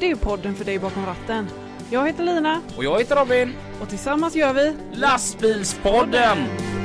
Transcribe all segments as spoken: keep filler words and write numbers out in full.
det är podden för dig bakom ratten. Jag heter Lina. Och jag heter Robin. Och tillsammans gör vi Lastbilspodden!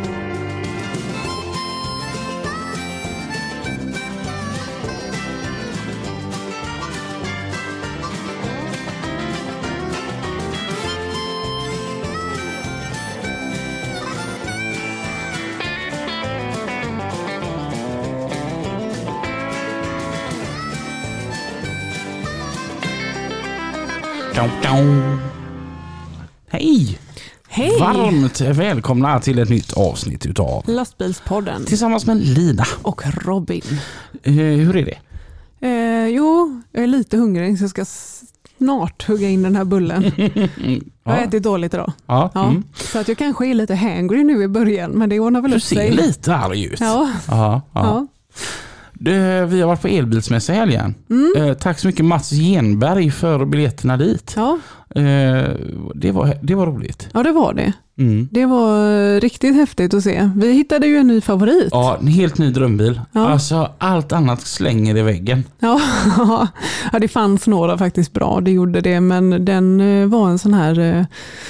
Hej! Hej! Varmt välkomna till ett nytt avsnitt utav Lastbilspodden. Tillsammans med Lina. Och Robin. Eh, hur är det? Eh, jo, jag är lite hungrig så jag ska snart hugga in den här bullen. Jag har Ja. ätit dåligt idag. Ja. Ja. Mm. Så att jag kanske är lite hangry nu i början, men det ordnar väl Du upp ser sig. lite arg ut. Ja. Ja, ja. Ja. Det, vi har varit på elbilsmässa i helgen. Mm. Eh, tack så mycket Mats Genberg för biljetterna dit. Ja. Eh, det, var, det var roligt. ja, det var det. Mm. Det var riktigt häftigt att se. Vi hittade ju en ny favorit. Ja, en helt ny drömbil. Ja. Alltså allt annat slänger i väggen. Ja, ja, det fanns några faktiskt bra, det gjorde det, men den eh, var en sån här, eh,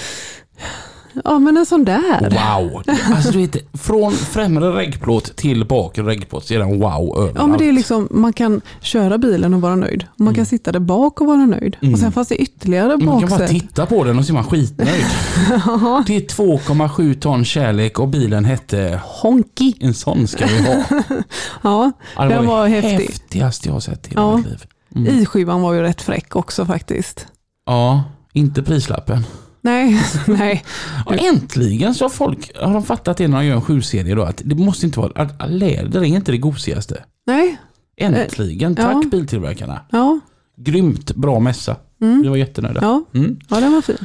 ja men en sån där. Wow! Alltså du vet, från främre reggplåt till bakre reggplåt så är den wow överallt. Ja, men det är liksom, man kan köra bilen och vara nöjd. Man Mm. kan sitta där bak och vara nöjd. Mm. Och sen fanns det ytterligare Man kan bara baksätt. titta på den och se man skitnöjd. Det är två komma sju ton kärlek och bilen hette Honky. en sån ska vi ha. Ja, Ja, det den var det häftig. häftigaste jag har sett i hela Ja. mitt liv. Mm. i sju var ju rätt fräck också faktiskt. Ja, inte prislappen. Nej, nej. Och äntligen så har folk har de fattat det när de gör en sju-serie då att det måste inte vara att att läder är inte det gosigaste. Nej, Äntligen, tack Ja. biltillverkarna. ja. Grymt bra mässa. Mm. Vi var jättenöjda. Ja, Mm. ja, den var fin.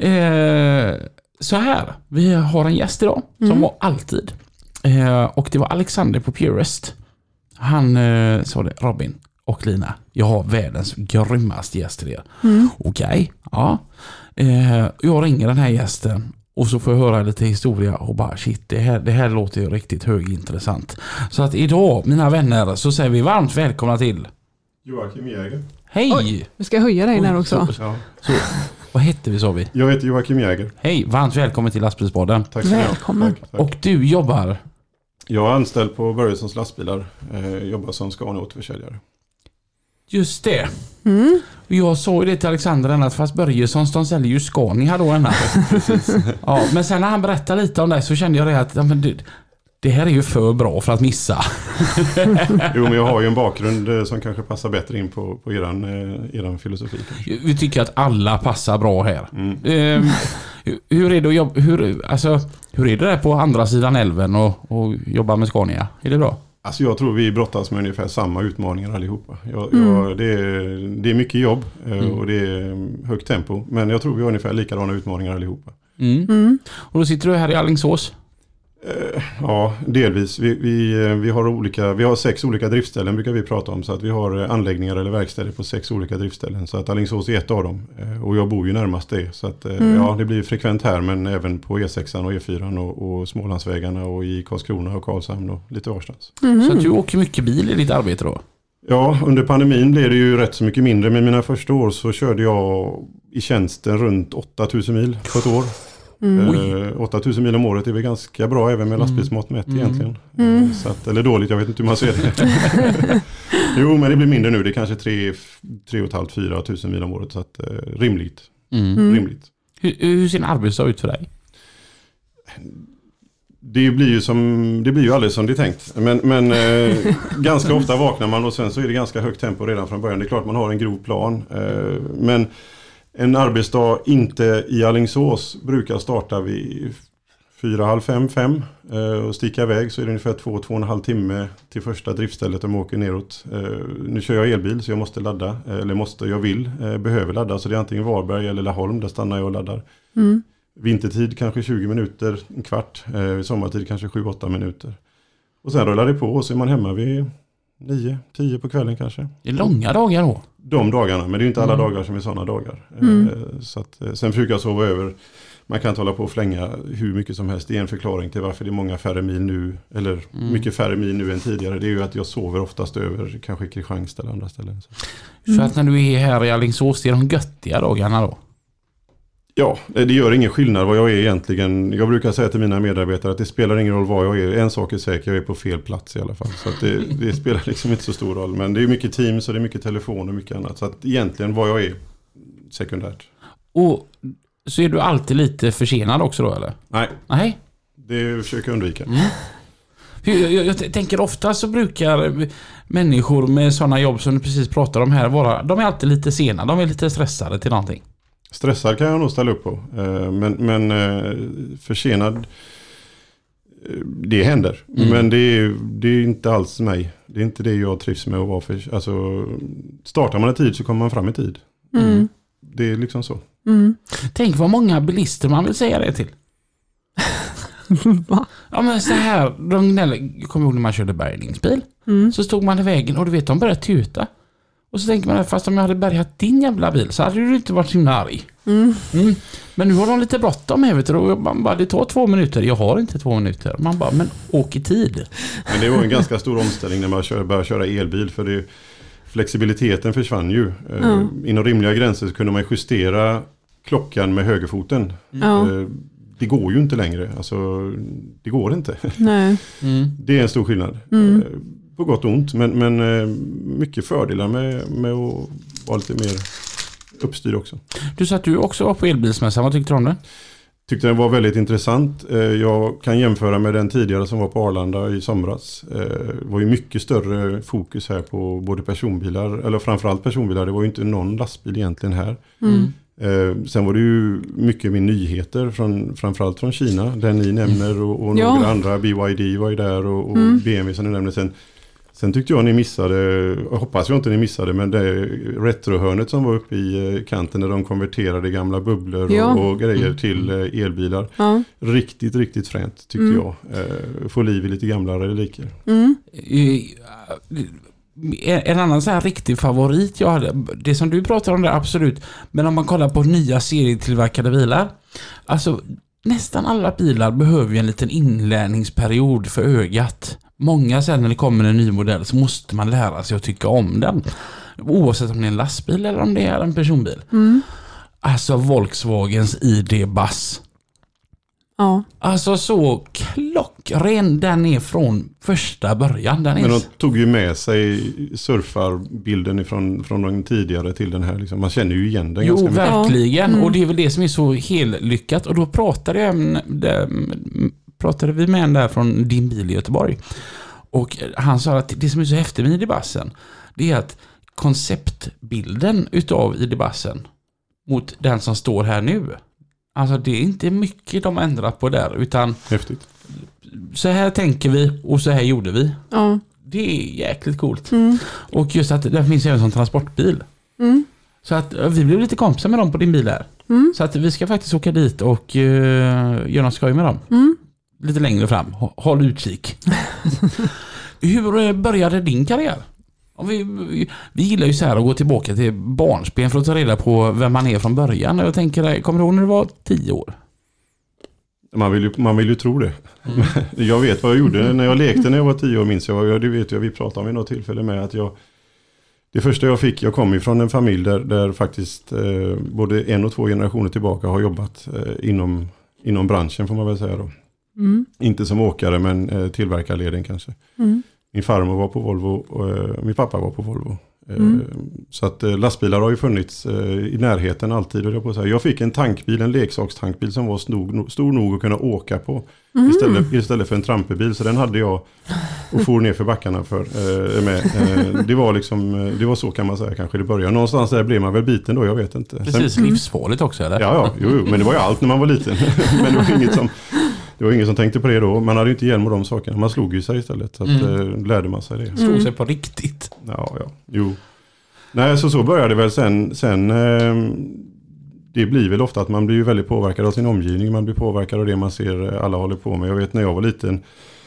Eh, så här, vi har en gäst idag som Mm. var alltid. Eh, och det var Alexander på Purest. Han eh, sa det, Robin och Lina, jag har världens grymmaste gäst till er. Mm. Okej, ja. Eh, jag ringer den här gästen och så får jag höra lite historia och bara shit, det här, det här låter ju riktigt högintressant. Så att idag, mina vänner, så säger vi varmt välkomna till Joakim Jäger. Hej! Oj. Vi ska höja dig där också. Ja. Så, vad hette vi sa vi? Jag heter Joakim Jäger. Hej, varmt välkommen till Lastbilspodden. Tack så mycket. Välkommen. Tack, tack. Och du jobbar? Jag är anställd på Börjessons lastbilar. Eh, jobbar som Scania-återförsäljare. Just det. Mm. Och jag sa ju det till Alexander än att fast Börjessons de säljer ju Scania då ännu. Ja, men sen när han berättade lite om det så kände jag det att ja, men det, det här är ju för bra för att missa. Jo, men jag har ju en bakgrund eh, som kanske passar bättre in på, på eran, eh, eran filosofi. Vi tycker att alla passar bra här. Mm. Ehm, hur- hur är det att jobba, hur, alltså, hur är det där på andra sidan älven och, och jobba med Scania? Är det bra? Alltså jag tror vi brottas med ungefär samma utmaningar allihopa. Jag, Mm. jag, det, är, det är mycket jobb eh, Mm. och det är högt tempo. Men jag tror vi har ungefär likadana utmaningar allihopa. Mm. Mm. Och då sitter du här i Alingsås. Eh, Ja, delvis. Vi, vi, eh, vi, har olika, vi har sex olika driftställen brukar vi prata om. Så att vi har eh, anläggningar eller verkstäder på sex olika driftställen. Så att Alingsås är ett av dem. Eh, Och jag bor ju närmast det. Så att, eh, Mm. ja, det blir frekvent här men även på E sexan och E fyran och, och Smålandsvägarna och i Karlskrona och Karlshamn och lite varstans. Mhm. Så att du åker mycket bil i ditt arbete då? Ja, under pandemin blev det ju rätt så mycket mindre. Men mina första år så körde jag i tjänsten runt åtta tusen mil på ett år. Mm. Eh, åtta tusen mil om året är väl ganska bra även med lastbilsmått mätt Mm. egentligen. Mm. Eh, Så att, eller dåligt, jag vet inte hur man ser det. Jo, men det blir mindre nu. Det är kanske tre, tre och ett halvt, fyra tusen mil om året. Så att, eh, rimligt. Mm. Mm. rimligt. Hur, hur ser en arbetsdag ut för dig? Det blir ju som, det blir ju alldeles som det är tänkt. Men, men eh, ganska ofta vaknar man och sen så är det ganska högt tempo redan från början. Det är klart man har en grov plan. Eh, men en arbetsdag inte i Alingsås brukar starta vid fyra, halv fem, fem eh, och sticka iväg så är det ungefär två, två och en halv timme till första driftstället om jag åker neråt. Eh, nu kör jag elbil så jag måste ladda, eh, eller måste, jag vill, eh, behöver ladda. Så det är antingen Varberg eller Laholm, där stannar jag och laddar. Mm. Vintertid kanske tjugo minuter, en kvart. Eh, sommartid kanske sju åtta minuter. Och sen rullar det på och så är man hemma vid nio tio på kvällen kanske. Det är långa dagar då. De dagarna, men det är ju inte alla Mm. dagar som är sådana dagar. Mm. Eh, så att, eh, sen försöker jag sova över man kan inte hålla på och flänga hur mycket som helst. Det är en förklaring till varför det är många färre mil nu, eller mm. mycket färre mil nu än tidigare. Det är ju att jag sover oftast över kanske Kristianstad eller andra ställen. Så. Mm. För att när du är här i Alingsås, det är de göttiga dagarna då? Ja, det gör ingen skillnad vad jag är egentligen. Jag brukar säga till mina medarbetare att det spelar ingen roll vad jag är. En sak är säker, jag är på fel plats i alla fall. Så att det, det spelar liksom inte så stor roll. Men det är mycket Teams och det är mycket telefon och mycket annat. Så att egentligen vad jag är sekundärt. Och så är du alltid lite försenad också då, eller? Nej. Nej. Det försöker jag undvika. Mm. Jag, jag, jag tänker ofta så brukar människor med sådana jobb som du precis pratar om här vara, de är alltid lite sena, de är lite stressade till någonting. Stressad kan jag nog ställa upp på. Men, men försenad, det händer. Mm. Men det är, det är inte alls mig. Det är inte det jag trivs med att vara för. Alltså, startar man i tid så kommer man fram i tid. Mm. Det är liksom så. Mm. Tänk vad många bilister man vill säga det till. Va? Ja men så här, de, jag kommer ihåg när man körde bärgningsbil. Mm. Så stod man i vägen och du vet, de började tuta. Och så tänker man, fast om jag hade bärgat din jävla bil så hade du inte varit så arg. Mm. Mm. Men nu har de lite bråttom här, vet du. Och man bara, det tar två minuter. Jag har inte två minuter. Man bara, men åk i tid. Men det var en ganska stor omställning när man började köra elbil. För det, flexibiliteten försvann ju. Mm. Inom rimliga gränser så kunde man justera klockan med högerfoten. Mm. Det går ju inte längre. Alltså, det går inte. Nej. Mm. Det är en stor skillnad. Mm. På gott och ont. Men, men mycket fördelar med, med att vara lite mer uppstyrd också. Du sa att du också var på elbilsmässan. Vad tyckte du om det? Tyckte den var väldigt intressant. Jag kan jämföra med den tidigare som var på Arlanda i somras. Det var ju mycket större fokus här på både personbilar, eller framförallt personbilar. Det var ju inte någon lastbil egentligen här. Mm. Sen var det ju mycket med nyheter från, framförallt från Kina. Den ni nämner och, och ja. några andra. B Y D var ju där och, och mm. B M W som ni nämnde. Sen, sen tyckte jag ni missade, jag hoppas jag inte ni missade, men det retrohörnet som var uppe i kanten när de konverterade gamla bubblor ja. och, och grejer mm. till elbilar. Ja. Riktigt, riktigt fränt tyckte mm. jag. Få liv i lite gamla reliker. Mm. En annan så här riktig favorit jag hade, det som du pratar om där, absolut, men om man kollar på nya serietillverkade bilar, alltså nästan alla bilar behöver ju en liten inlärningsperiod för ögat. Många sen när det kommer en ny modell så måste man lära sig att tycka om den, oavsett om det är en lastbil eller om det är en personbil. Mm. Alltså Volkswagens I D-Bus. Ja. Alltså så klockren den är från första början. Den är... Men de tog ju med sig surfarbilden ifrån, från den tidigare till den här. Liksom. Man känner ju igen den jo, ganska mycket. Jo, verkligen. Mm. Och det är väl det som är så helt lyckat. Och då pratade, jag, det, pratade vi med en där från Din bil i Göteborg. Och han sa att det som är så häftigt med I D-Bussen, det är att konceptbilden utav I D-Bussen mot den som står här nu, alltså det är inte mycket de ändrat på där, utan häftigt. Så här tänker vi och så här gjorde vi. Ja. Det är jäkligt coolt. Mm. Och just att det finns även som transportbil. Mm. Så att vi blev lite kompisar med dem på Din bil här. Mm. Så att vi ska faktiskt åka dit och uh, göra något skoj med dem. Mm. Lite längre fram. Håll utkik. Hur började din karriär? Vi, vi, vi gillar ju så här att gå tillbaka till barnsben för att ta reda på vem man är från början. Jag tänker, kommer du ihåg när du var tio år? Man vill ju, man vill ju tro det. Mm. Jag vet vad jag gjorde när jag lekte när jag var tio år, minns jag. Det vet jag, vi pratade om vid något tillfälle med att jag... Det första jag fick, jag kom ifrån en familj där, där faktiskt eh, både en och två generationer tillbaka har jobbat eh, inom, inom branschen, får man väl säga då. Mm. Inte som åkare, men eh, tillverkarleden kanske. Mm. Min farmor var på Volvo och eh, min pappa var på Volvo. Mm. Eh, så att eh, lastbilar har ju funnits eh, i närheten alltid. Och jag, på så här. Jag fick en tankbil, en leksakstankbil som var stor, stor nog att kunna åka på. Mm. Istället, istället för en trampebil. Så den hade jag och for ner för backarna för, eh, med. Eh, det var liksom, det var så kan man säga kanske i början. Någonstans där blev man väl biten då, jag vet inte. Precis, Sen, livsfarligt också eller? Ja, ja jo, jo, men det var ju allt när man var liten. Men det var inget som... Det var ingen som tänkte på det då. Man hade ju inte hjälm och de sakerna. Man slog ju sig istället. Så att, mm. eh, lärde man sig det. Slog sig på riktigt. Ja, ja. Jo. Nej, så så började det väl sen. sen eh, det blir väl ofta att man blir väldigt påverkad av sin omgivning. Man blir påverkad av det man ser alla håller på med. Jag vet när jag var liten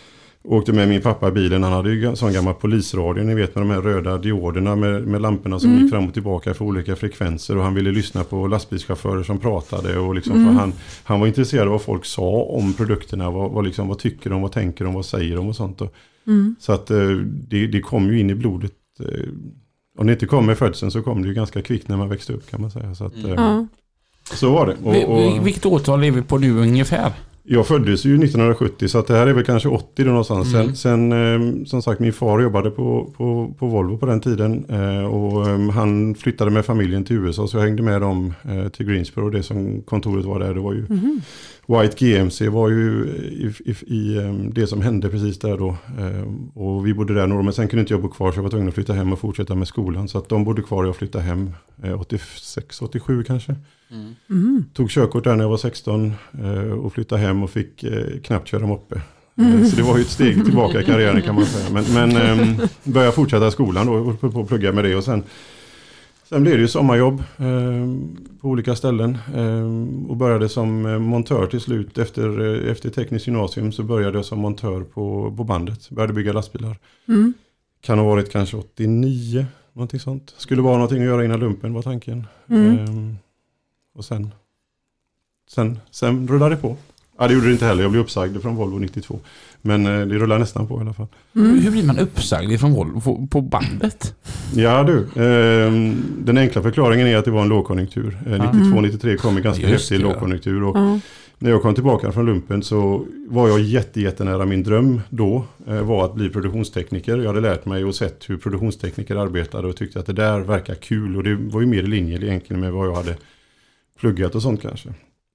Åkte med min pappa i bilen, han hade ju sån gammal polisradio, ni vet med de här röda dioderna med, med lamporna som mm. gick fram och tillbaka för olika frekvenser, och han ville lyssna på lastbilschaufförer som pratade och liksom, mm. för han, han var intresserad av vad folk sa om produkterna, vad, vad, liksom, vad tycker de, vad tänker de, vad säger de och sånt. Och, mm. Så att det, det kom ju in i blodet. Om det inte kom med födseln så kom det ju ganska kvickt när man växte upp, kan man säga. Så, att, mm. så var det. Och, och, Vilket årtal lever vi på nu ungefär? Jag föddes ju nittonhundrasjuttio, så att det här är väl kanske åttio då någonstans. Mm. Sen, sen eh, som sagt, min far jobbade på, på, på Volvo på den tiden. Eh, och eh, han flyttade med familjen till U S A, så jag hängde med dem eh, till Greensboro. Det som kontoret var där, det var ju mm. White G M C var ju i, i, i um, det som hände precis där då. Eh, och vi bodde där några år, men sen kunde inte jag bo kvar, så jag var tvungen att flytta hem och fortsätta med skolan. Så att de bodde kvar och jag flyttade hem eh, åttiosex åttiosju kanske. Mm. Mm. Tog körkort där när jag var sexton eh, och flyttade hem och fick eh, knappt köra moppe. Mm. Så det var ju ett steg tillbaka i karriären, kan man säga. Men, men eh, började fortsätta skolan då och på plugga med det. Och sen, sen blev det ju sommarjobb eh, på olika ställen. Eh, och började som montör till slut. Efter, eh, efter tekniskt gymnasium så började jag som montör på, på bandet. Började bygga lastbilar. Mm. Kan ha varit kanske åttionio, någonting sånt. Skulle vara någonting att göra innan lumpen, var tanken. Mm. Eh, och sen, sen, sen rullade det på. Ja, det gjorde det inte heller. Jag blev uppsagd från Volvo nittiotvå. Men eh, det rullar nästan på i alla fall. Mm. Hur blir man uppsagd från Volvo på, på bandet? Ja du, eh, den enkla förklaringen är att det var en lågkonjunktur. Eh, nittiotvå nittiotre kom en ganska häftig lågkonjunktur. Och mm. när jag kom tillbaka från lumpen så var jag jätte, jättenära min dröm då. Eh, var att bli produktionstekniker. Jag hade lärt mig och sett hur produktionstekniker arbetade och tyckte att det där verkar kul. Och det var ju mer i linje egentligen med vad jag hade pluggat och sånt kanske.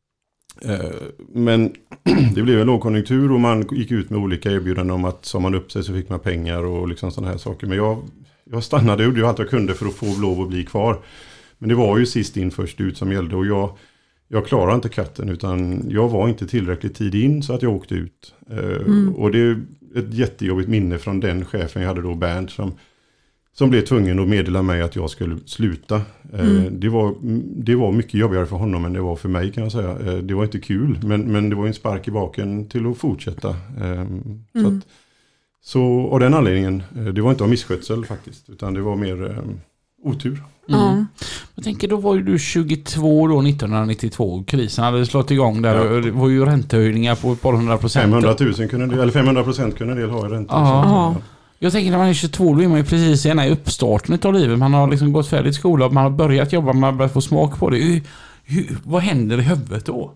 Men det blev en lågkonjunktur och man gick ut med olika erbjudanden om att sa man upp sig så fick man pengar och liksom sådana här saker. Men jag, jag stannade och gjorde allt jag kunde för att få lov att bli kvar. Men det var ju sist in först ut som gällde, och jag, jag klarade inte katten, utan jag var inte tillräckligt tid in så att jag åkte ut. Mm. Och det är ett jättejobbigt minne från den chefen jag hade då, Bernt, som Som blev tvungen att meddela mig att jag skulle sluta. Mm. Det, var, det var mycket jobbigare för honom än det var för mig, kan jag säga. Det var inte kul, men, men det var en spark i baken till att fortsätta. Mm. Så, att, så av den anledningen, det var inte av misskötsel faktiskt, utan det var mer um, otur. Mm. Mm. Jag tänker, då var ju du tjugotvå då, nittonhundranittiotvå. Krisen hade slått igång där. Ja. Det var ju räntehöjningar på ett par hundra procent. femhundratusen kunde det, eller femhundra procent kunde en del ha i räntor. Ja. Jag tänker, när man är tjugotvå, då är man ju precis i uppstarten av livet. Man har liksom gått färdigt skola, man har börjat jobba, man har börjat få smak på det. Hur, hur, vad händer i huvudet då?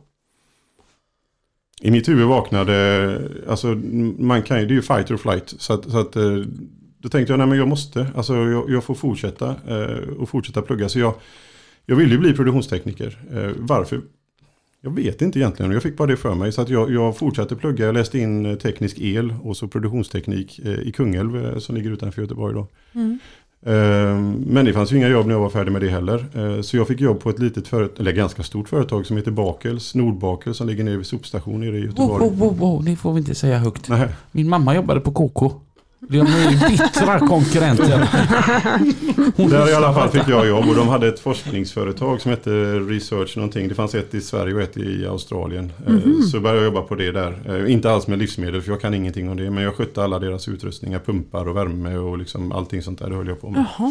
I mitt huvud vaknade, alltså man kan ju, det är ju fight or flight. Så att, så att då tänkte jag, nej men jag måste, alltså jag, jag får fortsätta eh, och fortsätta plugga. Så jag, jag ville ju bli produktionstekniker. Eh, varför? Jag vet inte egentligen, jag fick bara det för mig. Så att jag, jag fortsatte plugga, jag läste in teknisk el och så produktionsteknik eh, i Kungälv eh, som ligger utanför Göteborg då. Mm. Eh, men det fanns ju inga jobb när jag var färdig med det heller. Eh, så jag fick jobb på ett litet företag, eller ganska stort företag som heter Bakels, Nordbakels, som ligger nere vid sopstationen nere i Göteborg. Wow, wow, wow, det får vi inte säga högt. Nej. Min mamma jobbade på K K. De är ju bittra konkurrenter. Där i alla fall fick jag jobb, och de hade ett forskningsföretag som hette Research någonting. Det fanns ett i Sverige och ett i Australien. Mm-hmm. Så började jag jobba på det där. Inte alls med livsmedel, för jag kan ingenting om det. Men jag skötte alla deras utrustningar, pumpar och värme och liksom allting sånt där, det höll jag på med. Jaha.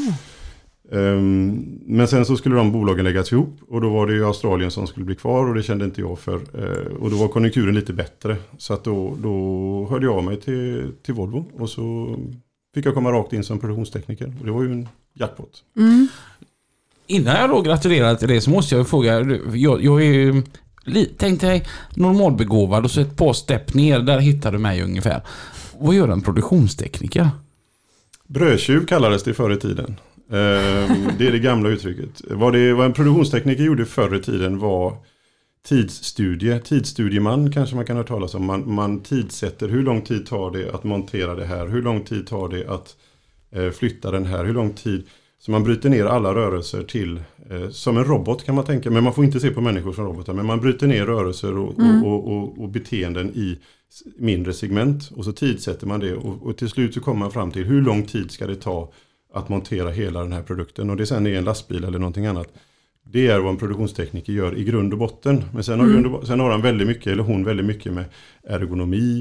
Um, men sen så skulle de bolagen läggas ihop, och då var det ju Australien som skulle bli kvar, och det kände inte jag för. Uh, och då var konjunkturen lite bättre, så att då, då hörde jag mig till, till Volvo, och så fick jag komma rakt in som produktionstekniker, och det var ju en jackpot. Mm. Innan jag då gratulerar till det så måste jag fråga, jag, jag är ju, tänkte jag, normalbegåvad, och så ett par stepp ner, där hittar du mig ungefär. Vad gör en produktionstekniker? Brödtjuv kallades det förr i tiden. Det är det gamla uttrycket. Vad, det, vad en produktionstekniker gjorde förr i tiden var tidsstudie. Tidsstudieman kanske man kan höra talas om. Man, man tidsätter, hur lång tid tar det att montera det här? Hur lång tid tar det att eh, flytta den här? Hur lång tid? Så man bryter ner alla rörelser till, eh, som en robot kan man tänka. Men man får inte se på människor som robotar. Men man bryter ner rörelser och, mm. och, och, och, och beteenden i mindre segment. Och så tidsätter man det. Och, och till slut så kommer man fram till hur lång tid ska det ta att montera hela den här produkten. Och det sen är en lastbil eller någonting annat. Det är vad en produktionstekniker gör i grund och botten. Men sen har, mm. grund och, sen har han väldigt mycket, eller hon väldigt mycket med ergonomi,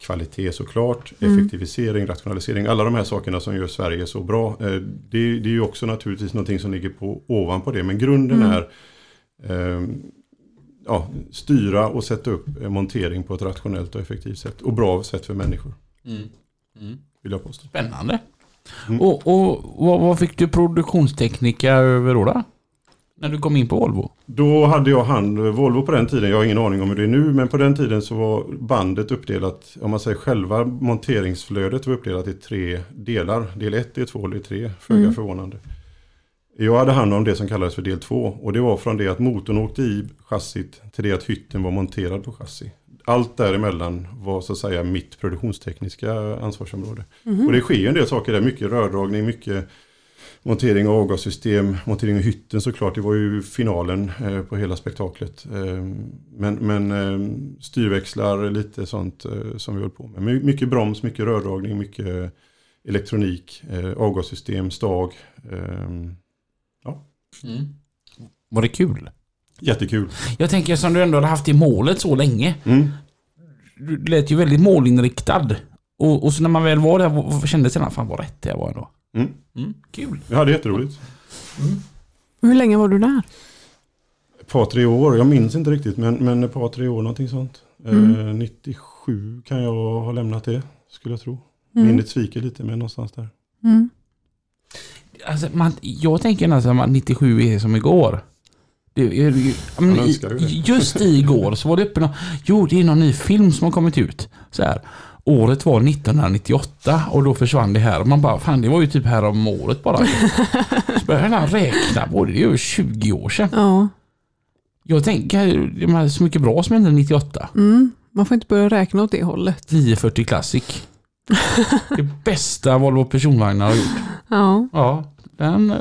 kvalitet såklart, effektivisering, rationalisering, alla de här sakerna som gör Sverige så bra. Det, det är ju också naturligtvis någonting som ligger på ovanpå det, men grunden mm. är eh, ja, styra och sätta upp montering på ett rationellt och effektivt sätt och bra sätt för människor. Mm. Mm. Vill jag påstå. Spännande. Mm. Och, och vad, vad fick du produktionstekniker över då, då? När du kom in på Volvo? Då hade jag hand Volvo på den tiden. Jag har ingen aning om hur det är nu, men på den tiden så var bandet uppdelat, om man säger själva monteringsflödet var uppdelat i tre delar. Del ett, del två, del tre. Föga mm. förvånande. Jag hade hand om det som kallades för del två, och det var från det att motorn åkte i chassit till det att hytten var monterad på chassi. Allt däremellan var så att säga mitt produktionstekniska ansvarsområde. Mm. Och det sker ju en del saker där, mycket rördragning, mycket montering av avgassystem, montering av hytten såklart, det var ju finalen eh, på hela spektaklet. Eh, men men eh, styrväxlar, lite sånt eh, som vi höll på med. My, mycket broms, mycket rördragning, mycket elektronik, eh, avgassystem, stag. Eh, ja. Mm. Var det kul? Jättekul. Jag tänker som du ändå har haft i målet så länge. Mm. Du lät ju väldigt målinriktad. Och, och så när man väl var där kände sig fan vad rätt det var ändå. Mm. Mm, kul. Ja, det är jätteroligt. Mm. Hur länge var du där? Ett par, tre år. Jag minns inte riktigt, men, men ett par, tre år, någonting sånt. Mm. Eh, nittiosju kan jag ha lämnat det, skulle jag tro. Mm. Minnet sviker lite, men någonstans där. Mm. Alltså, man, jag tänker nästan att nittiosju är som igår. Det, är, men, i, just igår så var det uppe någon, jo, det är någon ny film som har kommit ut. Så här. Året var nittonhundranittioåtta och då försvann det här. Och man bara, fan det var ju typ här om året bara. Så började han räkna på det, det är ju tjugo år sedan. Ja. Jag tänker, det är så mycket bra som hände nittioåtta. Mm, man får inte börja räkna åt det hållet. nio fyrtio Classic. Det bästa Volvo personvagnar har gjort. Ja. Ja, den,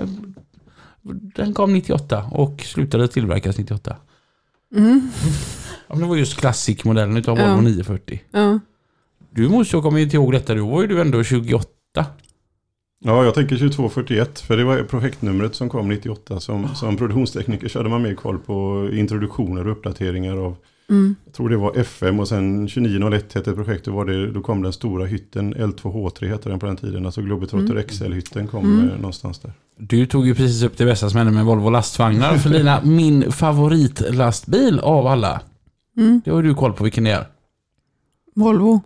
den kom nittioåtta och slutade tillverkas nittioåtta. Mm. Ja, men det var just Classic-modellen utav Volvo ja. nio fyrtio. Ja. Du måste ju komma ihåg detta, då var ju du ändå tjugoåtta. Ja, jag tänker tjugotvå fyrtioett, för det var projektnumret som kom nittioåtta. Som, oh. som produktionstekniker så hade man mer koll på introduktioner och uppdateringar av, mm. jag tror det var F M, och sen tjugonio noll ett hette projektet, var det, då kom den stora hytten, L två H tre hette den på den tiden, alltså Globetrotter mm. X L-hytten kom mm. någonstans där. Du tog ju precis upp det bästa som hände med Volvo lastvagnar, för Lina, min favoritlastbil av alla, mm. det har du koll på vilken det är. Volvo.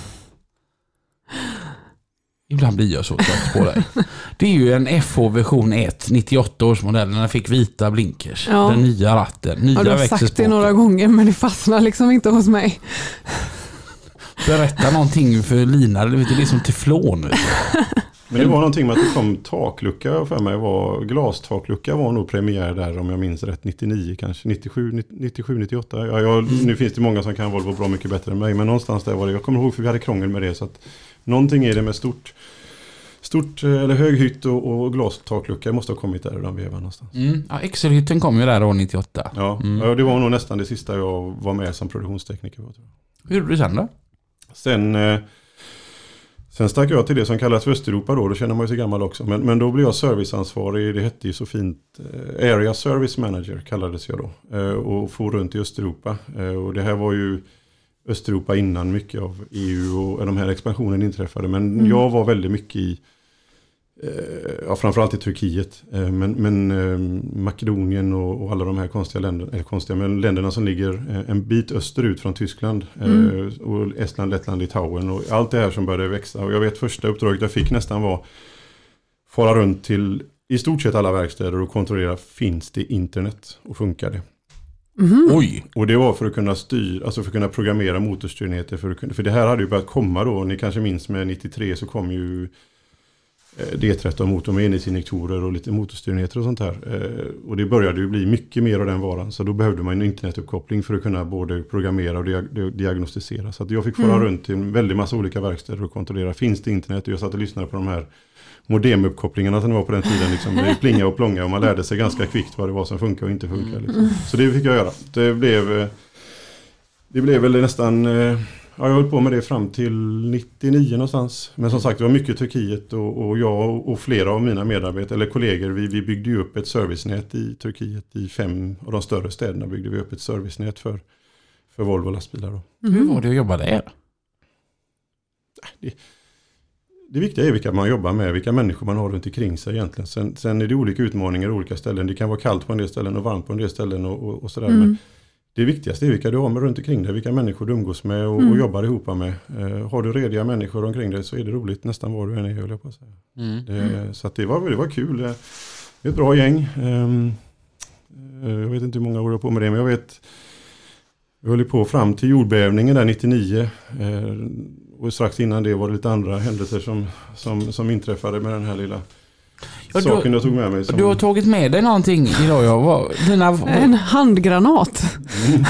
Ibland blir jag så trött på dig. Det är ju en F H version ett, nittioåtta års modell. Den fick vita blinkers. Ja. Den nya ratten, nya växelspaken. Ja, du har sagt det några gånger, men det fastnar liksom inte hos mig. Berätta någonting för Lina, det är liksom teflon. Men det var någonting med att det kom taklucka för mig. Var, glastaklucka var nog premiär där, om jag minns rätt, nittionio kanske, nittiosju, nittioåtta. Ja, jag, mm. Nu finns det många som kan Volvo bra mycket bättre än mig, men någonstans där var det. Jag kommer ihåg för vi hade krångel med det, så att någonting är det med stort, stort eller hög hytt och, och glastaklucka måste ha kommit där i den vevan någonstans. Mm. Ja, X L-hytten kom ju där år nittioåtta. Ja, mm. ja, det var nog nästan det sista jag var med som produktionstekniker. Tror jag. Hur gjorde du sen då? Sen... Eh, Sen stack jag till det som kallas för Östeuropa då, då känner man ju sig gammal också. Men, men då blev jag serviceansvarig, det hette ju så fint, eh, Area Service Manager kallades jag då. Eh, och for runt i Östeuropa. Eh, och det här var ju Östeuropa innan mycket av E U och de här expansionen inträffade. Men mm. jag var väldigt mycket i, eh, ja, framförallt i Turkiet. Eh, men men eh, Makedonien och, och alla de här konstiga länderna, eller konstiga, men länderna som ligger eh, en bit österut från Tyskland. Mm. Eh, och Estland, Lettland, Litauen och allt det här som började växa. Och jag vet första uppdraget jag fick nästan var fara runt till i stort sett alla verkstäder och kontrollera, finns det internet och funkar det? Mm. Oj! Och det var för att kunna styra, alltså för att kunna programmera motorstyrenheter. För, att kunna, för det här hade ju börjat komma då, ni kanske minns med nittiotre så kom ju D tretton-motor med enhetsinjektorer och lite motorstyrenheter och sånt här. Och det började ju bli mycket mer av den varan. Så då behövde man en internetuppkoppling för att kunna både programmera och diag- diagnostisera. Så att jag fick fara mm. runt till en väldigt massa olika verkstäder och kontrollera, finns det internet? Och jag satt och lyssnade på de här modemuppkopplingarna som det var på den tiden. Liksom. Det plinga och plånga och man lärde sig ganska kvickt vad det var som funkar och inte funkar. Liksom. Så det fick jag göra. Det blev, det blev väl nästan... Ja, jag höll på med det fram till nittionio någonstans. Men som sagt, det var mycket Turkiet och, och jag och flera av mina medarbetare eller kollegor, vi, vi byggde ju upp ett servicenät i Turkiet. I fem av de större städerna byggde vi upp ett servicenät för, för Volvo lastbilar. Då. Mm. Hur var det att jobba där? det, det viktiga är vilka man jobbar med, vilka människor man har runt omkring sig egentligen. Sen, sen är det olika utmaningar i olika ställen. Det kan vara kallt på en del ställen och varmt på en del ställen och, och, och sådär. Mm. Men det viktigaste är vilka du har med runt omkring dig, vilka människor du umgås med och, mm. och jobbar ihop med. Uh, har du rediga människor omkring dig så är det roligt nästan var du än är, höll jag på att säga. Mm. Det, så att det, var, det var kul. Det är ett bra gäng. Um, uh, jag vet inte hur många år jag på med det, men jag vet jag höll på fram till jordbävningen där nittionio. Uh, och strax innan det var det lite andra händelser som, som, som inträffade med den här lilla ja, saken du, jag tog med mig. Som... Du har tagit med dig någonting idag. Ja. Vad, dina... En handgranat. Mm.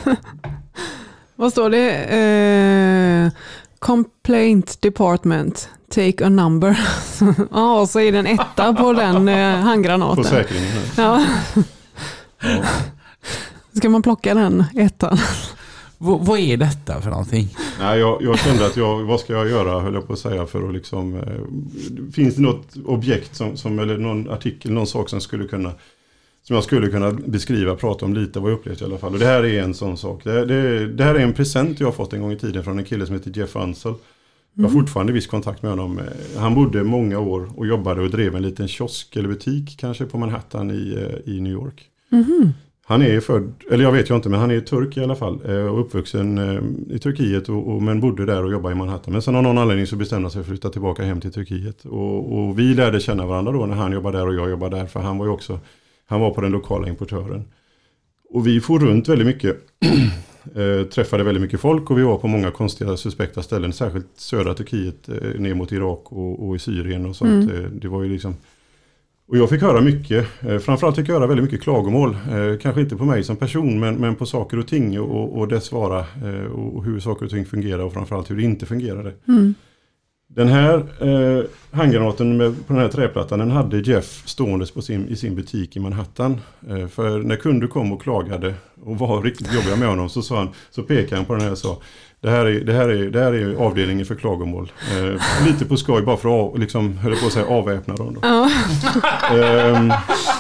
Vad står det? Eh, complaint department. Take a number. Ja, och så är det en etta på den eh, handgranaten. På säkringen. Ja. Ja. Ska man plocka den ettan? V- vad är detta för någonting? Nej, jag, jag kände att jag, vad ska jag göra, höll jag på att säga, för att liksom, eh, finns det något objekt som, som, eller någon artikel, någon sak som skulle kunna, som jag skulle kunna beskriva, prata om lite, vad jag upplevt i alla fall. Och det här är en sån sak. Det, det, det här är en present jag har fått en gång i tiden från en kille som heter Jeff Ansel. Jag har fortfarande viss kontakt med honom. Han bodde många år och jobbade och drev en liten kiosk eller butik kanske på Manhattan i, i New York. Mm. Han är född, eller jag vet ju inte, men han är turk i alla fall och uppvuxen i Turkiet och, och, men bodde där och jobbade i Manhattan. Men sen av någon anledning så bestämde han sig för att flytta tillbaka hem till Turkiet. Och, och vi lärde känna varandra då när han jobbade där och jag jobbade där, för han var ju också, han var på den lokala importören. Och vi får runt väldigt mycket, träffade väldigt mycket folk och vi var på många konstiga suspekta ställen, särskilt södra Turkiet ner mot Irak och, och i Syrien och sånt. Mm. Det var ju liksom... Och jag fick höra mycket, framförallt fick jag höra väldigt mycket klagomål, eh, kanske inte på mig som person men, men på saker och ting och, och dess vara eh, och hur saker och ting fungerar och framförallt hur det inte fungerade. Mm. Den här eh, handgranaten med, på den här träplattan, den hade Jeff ståendes på sin, i sin butik i Manhattan. Eh, för när kunder kom och klagade och var riktigt jobbiga med honom så, sa han, så pekade han på den här och sa: Det här är, det här är, det här är avdelningen för klagomål. Eh, lite på skoj bara för att liksom, höll på att säga, avväpna dem. Då. Ja. eh,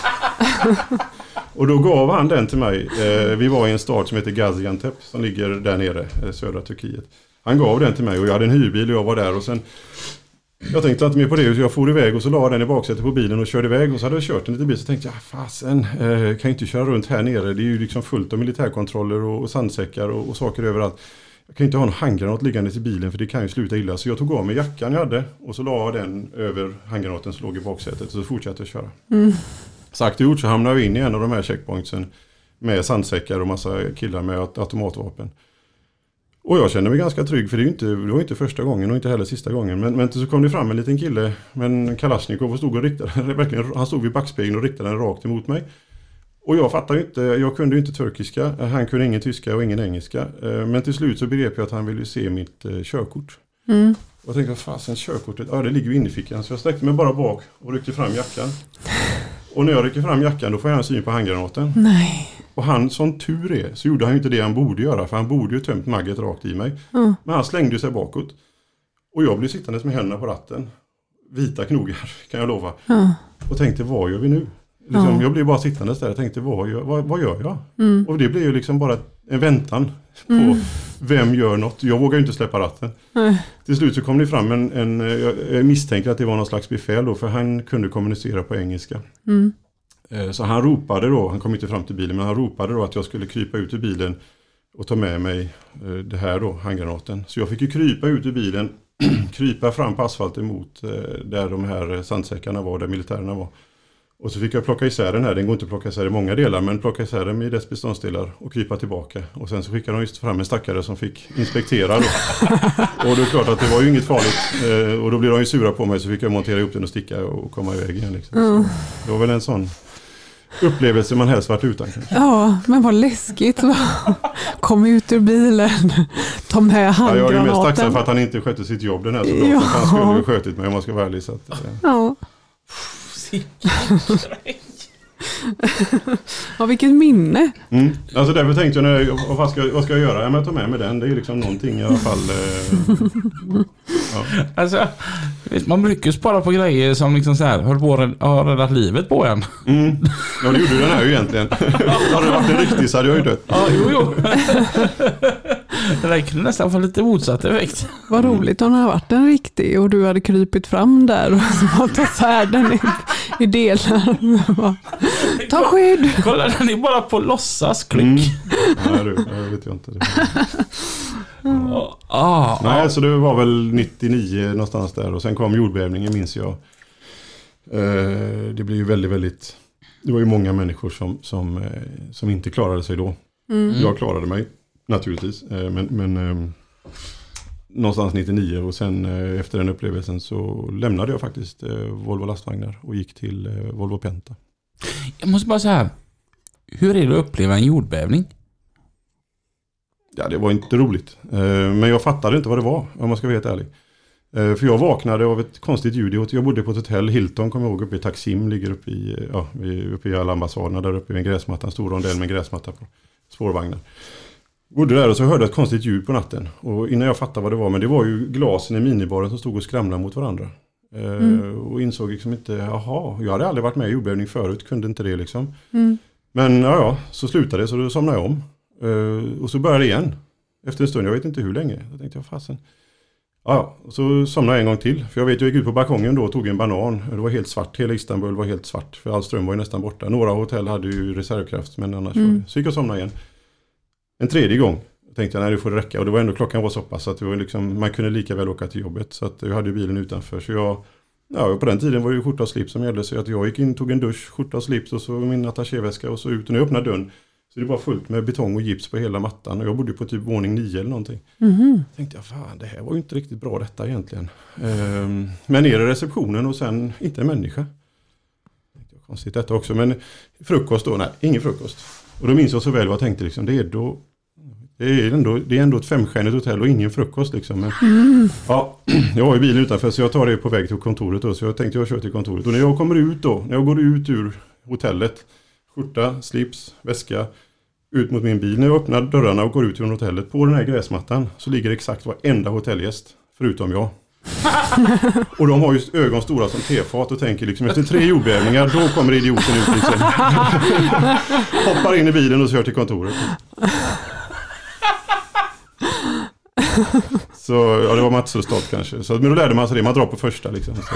och då gav han den till mig. Eh, vi var i en stad som heter Gaziantep som ligger där nere, eh, södra Turkiet. Han gav den till mig och jag hade en hyrbil och jag var där och sen... Jag tänkte inte mer på det så jag for iväg och så la jag den i baksätet på bilen och körde iväg och så hade jag kört en liten bil så tänkte jag, fasen, eh, kan jag inte köra runt här nere? Det är ju liksom fullt av militärkontroller och, och sandsäckar och, och saker överallt. Jag kan inte ha en handgranat liggande i bilen för det kan ju sluta illa. Så jag tog av mig jackan jag hade och så la jag den över handgranaten som låg i baksätet och så fortsatte jag köra. Mm. Sagt och gjort så hamnade jag in i en av de här checkpointsen med sandsäckar och massa killar med automatvapen. Och jag kände mig ganska trygg för det, är inte, det var inte första gången och inte heller sista gången. Men, men så kom det fram en liten kille med en Kalashnikov och stod och riktade, verkligen, han stod vid backspegeln och riktade den rakt emot mig. Och jag fattade inte, jag kunde ju inte turkiska, han kunde ingen tyska och ingen engelska. Men till slut så begrep jag att han ville se mitt körkort. Mm. Och jag tänkte, fasen, körkortet, ja det ligger ju inne i fickan. Så jag sträckte mig bara bak och ryckte fram jackan. Och när jag rycker fram jackan då får jag en syn på handgranaten. Nej. Och han, som tur är, så gjorde han ju inte det han borde göra. För han borde ju tömt magget rakt i mig. Mm. Men han slängde sig bakåt. Och jag blev sittandes med händerna på ratten. Vita knogar, kan jag lova. Mm. Och tänkte, vad gör vi nu? Liksom, mm. Jag blev bara sittandes där och tänkte, vad gör, vad, vad gör jag? Mm. Och det blev ju liksom bara en väntan på mm. vem gör något. Jag vågar ju inte släppa ratten. Mm. Till slut så kom det fram en, en jag misstänker att det var någon slags befäl då, för han kunde kommunicera på engelska. Mm. Så han ropade då, han kom inte fram till bilen, men han ropade då att jag skulle krypa ut ur bilen och ta med mig det här då, handgranaten. Så jag fick ju krypa ut ur bilen, krypa fram på asfalten mot där de här sandsäckarna var, där militärerna var. Och så fick jag plocka isär den här, den går inte att plocka isär i många delar, men plocka isär den i dess beståndsdelar och krypa tillbaka. Och sen så skickade de just fram en stackare som fick inspektera då. Och det är klart att det var ju inget farligt. Och då blev de ju sura på mig så fick jag montera ihop den och sticka och komma iväg igen. Liksom. Mm. Det var väl en sån upplevelse man helst varit utan kanske. Ja, men vad läskigt. Kom ut ur bilen, ta med handgranaten. Ja, jag är mest tacksam för att han inte skötte sitt jobb den här soldaten. Ja. Han skulle ju skötit mig om man ska vara ärlig. Så att, ja. Ja, vilket minne. Mm. Alltså därför tänkte jag, när jag vad, ska, vad ska jag göra? Jag tar med mig den, det är liksom någonting i alla fall. Eh, ja. Alltså, man brukar spara på grejer som liksom så här, höll på att ha räddat livet på en. Mm. Ja, det gjorde den här ju egentligen. Hade det varit en riktig så hade jag ju dött. Ja, jo, jo. Det där kunde nästan få lite motsatt effekt. Vad roligt om det hade varit en riktig och du hade krypit fram där och fått isär den i, i delar. Ta skydd! Kolla, den är bara på låtsas klick. Mm. Nej, du, jag vet jag inte. Det. Mm. Ah, Nej, ah. så det var väl nittionio någonstans där och sen kom jordbävningen, minns jag. Eh, det blev ju väldigt, väldigt... Det var ju många människor som, som, eh, som inte klarade sig då. Mm. Jag klarade mig, naturligtvis. Eh, men men eh, någonstans nittionio och sen eh, efter den upplevelsen så lämnade jag faktiskt eh, Volvo lastvagnar och gick till eh, Volvo Penta. Jag måste bara säga, hur är det att uppleva en jordbävning? Ja, det var inte roligt. Eh, men jag fattade inte vad det var, om man ska vara helt ärlig. Eh, för jag vaknade av ett konstigt ljud. Jag bodde på ett hotell, Hilton, kommer jag ihåg, uppe i Taksim, ligger uppe i, ja, uppe i alla ambassaderna, där uppe i en gräsmatta, en stor rondell med gräsmatta på spårvagnar. Bodde där och så hörde jag ett konstigt ljud på natten. Och innan jag fattade vad det var, men det var ju glasen i minibaren som stod och skramlade mot varandra. Eh, mm. Och insåg liksom inte, jaha, jag hade aldrig varit med i jordbävning förut, kunde inte det liksom. Mm. Men ja, ja, så slutade det, så då somnade jag om. Uh, och så började det igen. Efter en stund, jag vet inte hur länge. Då tänkte jag, fasen. Ja, och så somnade jag en gång till. För jag vet, jag gick ut på balkongen då och tog en banan. Det var helt svart, hela Istanbul var helt svart. För all ström var ju nästan borta. Några hotell hade ju reservkraft, men annars mm. var det. Så gick jag och somnade igen. En tredje gång tänkte jag, nej, det får räcka. Och det var ändå, klockan var så pass så att det var liksom, man kunde lika väl åka till jobbet. Så att jag hade bilen utanför. Så jag, ja, på den tiden var det ju skjorta och slips som gällde. Så att jag gick in, tog en dusch, skjorta och slips och så min attachéväska och så ut. Och när jag öppnade dörren så det var fullt med betong och gips på hela mattan. Och jag bodde på typ våning nio eller någonting. Mm. Tänkte jag, fan, det här var ju inte riktigt bra detta egentligen. Ehm, men ner i receptionen och sen inte en människa. Tänkte jag, konstigt detta också. Men frukost då, nej, ingen frukost. Och då minns jag så väl vad jag tänkte liksom, det är då... Det är, ändå, det är ändå ett femstjärnigt hotell och ingen frukost liksom. Men, mm. ja, jag var i bilen utanför så jag tar det på väg till kontoret då. Så jag tänkte jag kör till kontoret. Och när jag kommer ut då, när jag går ut ur hotellet, skjorta, slips, väska, ut mot min bil. När jag öppnar dörrarna och går ut från hotellet, på den här gräsmattan så ligger exakt varenda hotellgäst, förutom jag. Och de har ju ögon stora som tefat och tänker liksom, efter tre jordbävningar, då kommer idioten ut liksom. Hoppar in i bilen och kör till kontoret. Så ja, det var Mats och stolt kanske. Så, men då lärde man sig det, man drar på första liksom. Så,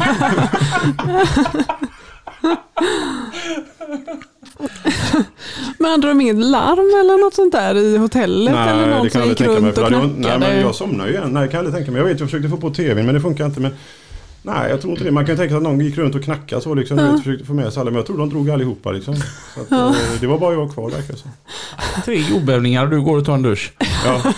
men hade de inget larm eller något sånt där i hotellet? Nej, eller något det kan som jag gick tänka mig. runt och Jag, knackade? nej, men jag somnade ju igen. Nej, kan jag tänka mig. Jag vet, jag försökte få på tvn, men det funkar inte. Men nej, jag tror inte det. Man kan tänka sig att någon gick runt och knackade så liksom. Ja. Jag vet, försökte få med sig alla, men jag tror de drog allihopa liksom. Så att, ja. Det var bara jag kvar där kanske. Tre jordbävningar och du går och tar en dusch. Ja.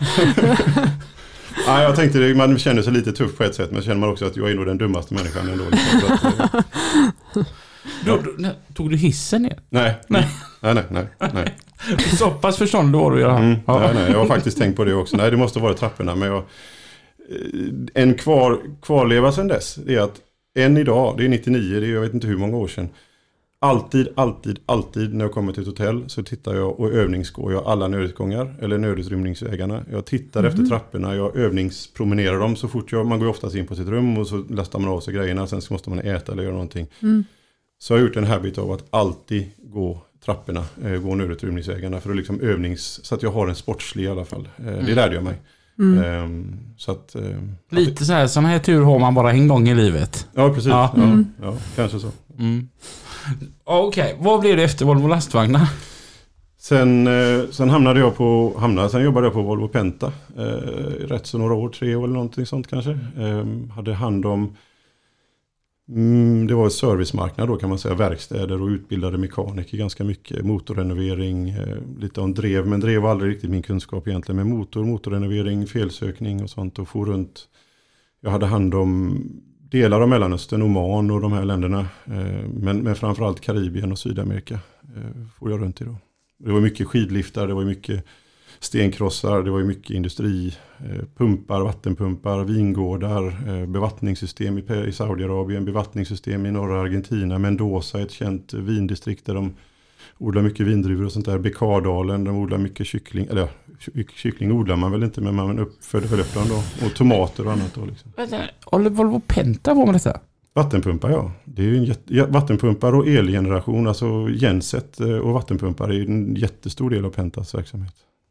Ja, jag tänkte det, man känner sig lite tuff på ett sätt, men känner man också att jag är nog den dummaste människan ändå. Liksom. Så att, ja. Då, då, tog du hissen ner? Nej, nej, nej, nej, nej. Så pass förstånd då att göra. Mm, ja. nej, nej, jag har faktiskt tänkt på det också. Nej, det måste vara trapporna, men jag, en kvar, kvarleva sedan dess är att än idag, det är nittionio, det är jag vet inte hur många år sedan. Alltid, alltid, alltid när jag kommer till ett hotell så tittar jag och övningsgår jag alla nödutgångar eller nödutrymningsvägarna. Jag tittar mm. efter trapporna, jag övningspromenerar dem så fort jag, man går oftast in på sitt rum och så lastar man av sig grejerna, sen så måste man äta eller göra någonting. Mm. Så jag har gjort en habit av att alltid gå trapporna, eh, gå nödutrymningsvägarna för att liksom övnings, så att jag har en sportslig i alla fall. Eh, mm. Det lärde jag mig. Mm. Um, så att, um, lite så här, sån här tur har man bara en gång i livet. Ja, precis. Ja. Mm. Ja, ja, kanske så. Mm. Okej, okay. Vad blev det efter Volvo lastvagnar? Sen, eh, sen hamnade jag på, hamnade, sen jobbade jag på Volvo Penta. Eh, rätt så några år, tre år eller någonting sånt kanske. Eh, hade hand om, mm, det var en servicemarknad då kan man säga, verkstäder och utbildade mekaniker ganska mycket. Motorrenovering, eh, lite om drev, men drev var aldrig riktigt min kunskap egentligen. Med motor, motorrenovering, felsökning och sånt och for runt. Jag hade hand om delar av Mellanöstern, Oman och de här länderna. Men, men framförallt Karibien och Sydamerika får jag runt i då. Det var mycket skidliftar, det var mycket stenkrossar, det var mycket industri, pumpar, vattenpumpar, vingårdar, bevattningssystem i, i Saudiarabien, bevattningssystem i norra Argentina, Mendoza, ett känt vindistrikt där de odlar mycket vindruvor och sånt där. Bekardalen, de odlar mycket kyckling, eller kyckling odlar man väl inte, men man uppföder upp dem då. Och tomater och annat då liksom. Håller Volvo Penta på med detta? Vattenpumpar, ja. Det är ju en jätte, vattenpumpar och elgeneration, alltså genset och vattenpumpar är en jättestor del av Pentas verksamhet.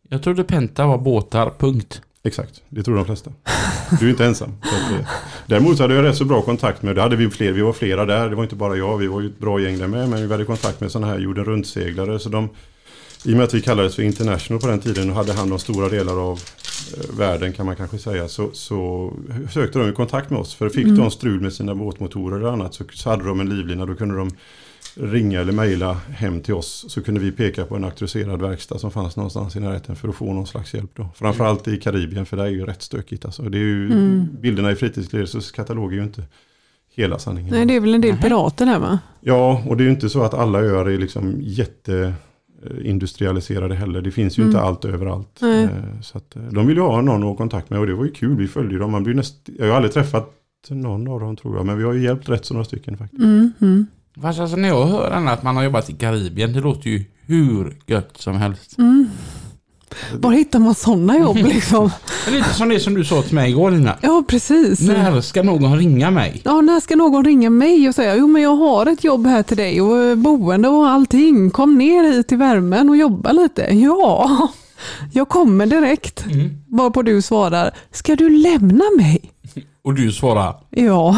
Jag trodde Penta var båtar, punkt. Exakt, det tror de flesta. Du är inte ensam. Så att, eh, däremot hade jag rätt så bra kontakt med, det hade vi fler, vi var flera där, det var inte bara jag, vi var ju ett bra gäng där med, men vi hade kontakt med sådana här jorden runt-seglare, så de, i och med att vi kallades för International på den tiden och hade hand om stora delar av eh, världen kan man kanske säga, så, så sökte de i kontakt med oss, för fick mm. de strul med sina båtmotorer eller annat så, så hade de en livlina, då kunde de ringa eller mejla hem till oss, så kunde vi peka på en auktoriserad verkstad som fanns någonstans i närheten för att få någon slags hjälp då. Framförallt i Karibien, för det är ju rätt stökigt alltså. Det är ju, mm. bilderna i Fritidsglesus katalog är ju inte hela sanningen. Nej, det är väl en del pirater där, va? Ja, och det är ju inte så att alla öar är liksom jätteindustrialiserade heller. Det finns ju mm. inte allt överallt. Nej. Så att, de vill ju ha någon att ha kontakt med, och det var ju kul, vi följde dem. Man blir näst, jag har aldrig träffat någon av dem tror jag, men vi har ju hjälpt rätt så några stycken faktiskt. Mm. Mm. Fast alltså när jag hör att man har jobbat i Karibien, det låter ju hur gött som helst. Mm. Var hittar man sådana jobb liksom? Det är lite som det som du sa till mig igår, Lina. Ja, precis. När ska någon ringa mig? Ja, när ska någon ringa mig och säga, jo men jag har ett jobb här till dig och boende och allting. Kom ner hit i värmen och jobba lite. Ja, jag kommer direkt. Mm. Varpå du svarar, ska du lämna mig? Och du svarar? Ja.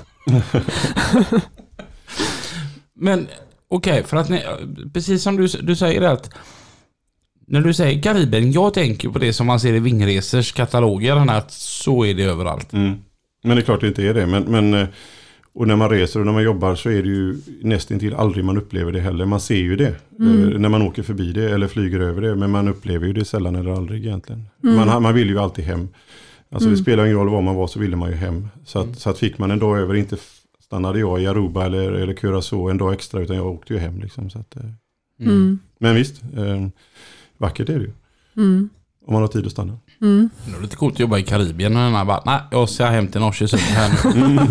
Men okej, okay, för att ni, precis som du, du säger att när du säger Karibien, jag tänker på det som man ser i Vingresers kataloger, att så är det överallt. Mm. Men det är klart det inte är det. Men, men, och när man reser och när man jobbar så är det ju nästintill aldrig man upplever det heller. Man ser ju det mm. när man åker förbi det eller flyger över det, men man upplever ju det sällan eller aldrig egentligen. Mm. Man, man vill ju alltid hem. Alltså mm. det spelar ingen roll var man var, så ville man ju hem. Så att, mm. så att fick man en dag över, inte stannade jag i Aruba eller, eller Curacao en dag extra, utan jag åkte ju hem liksom, så att, mm. men visst, eh, vackert är det ju. Mm. Om man har tid att stanna. Mm. Det är lite coolt att jobba i Karibien och den bara, nej, jag ska hem till Norge så här nu. Mm.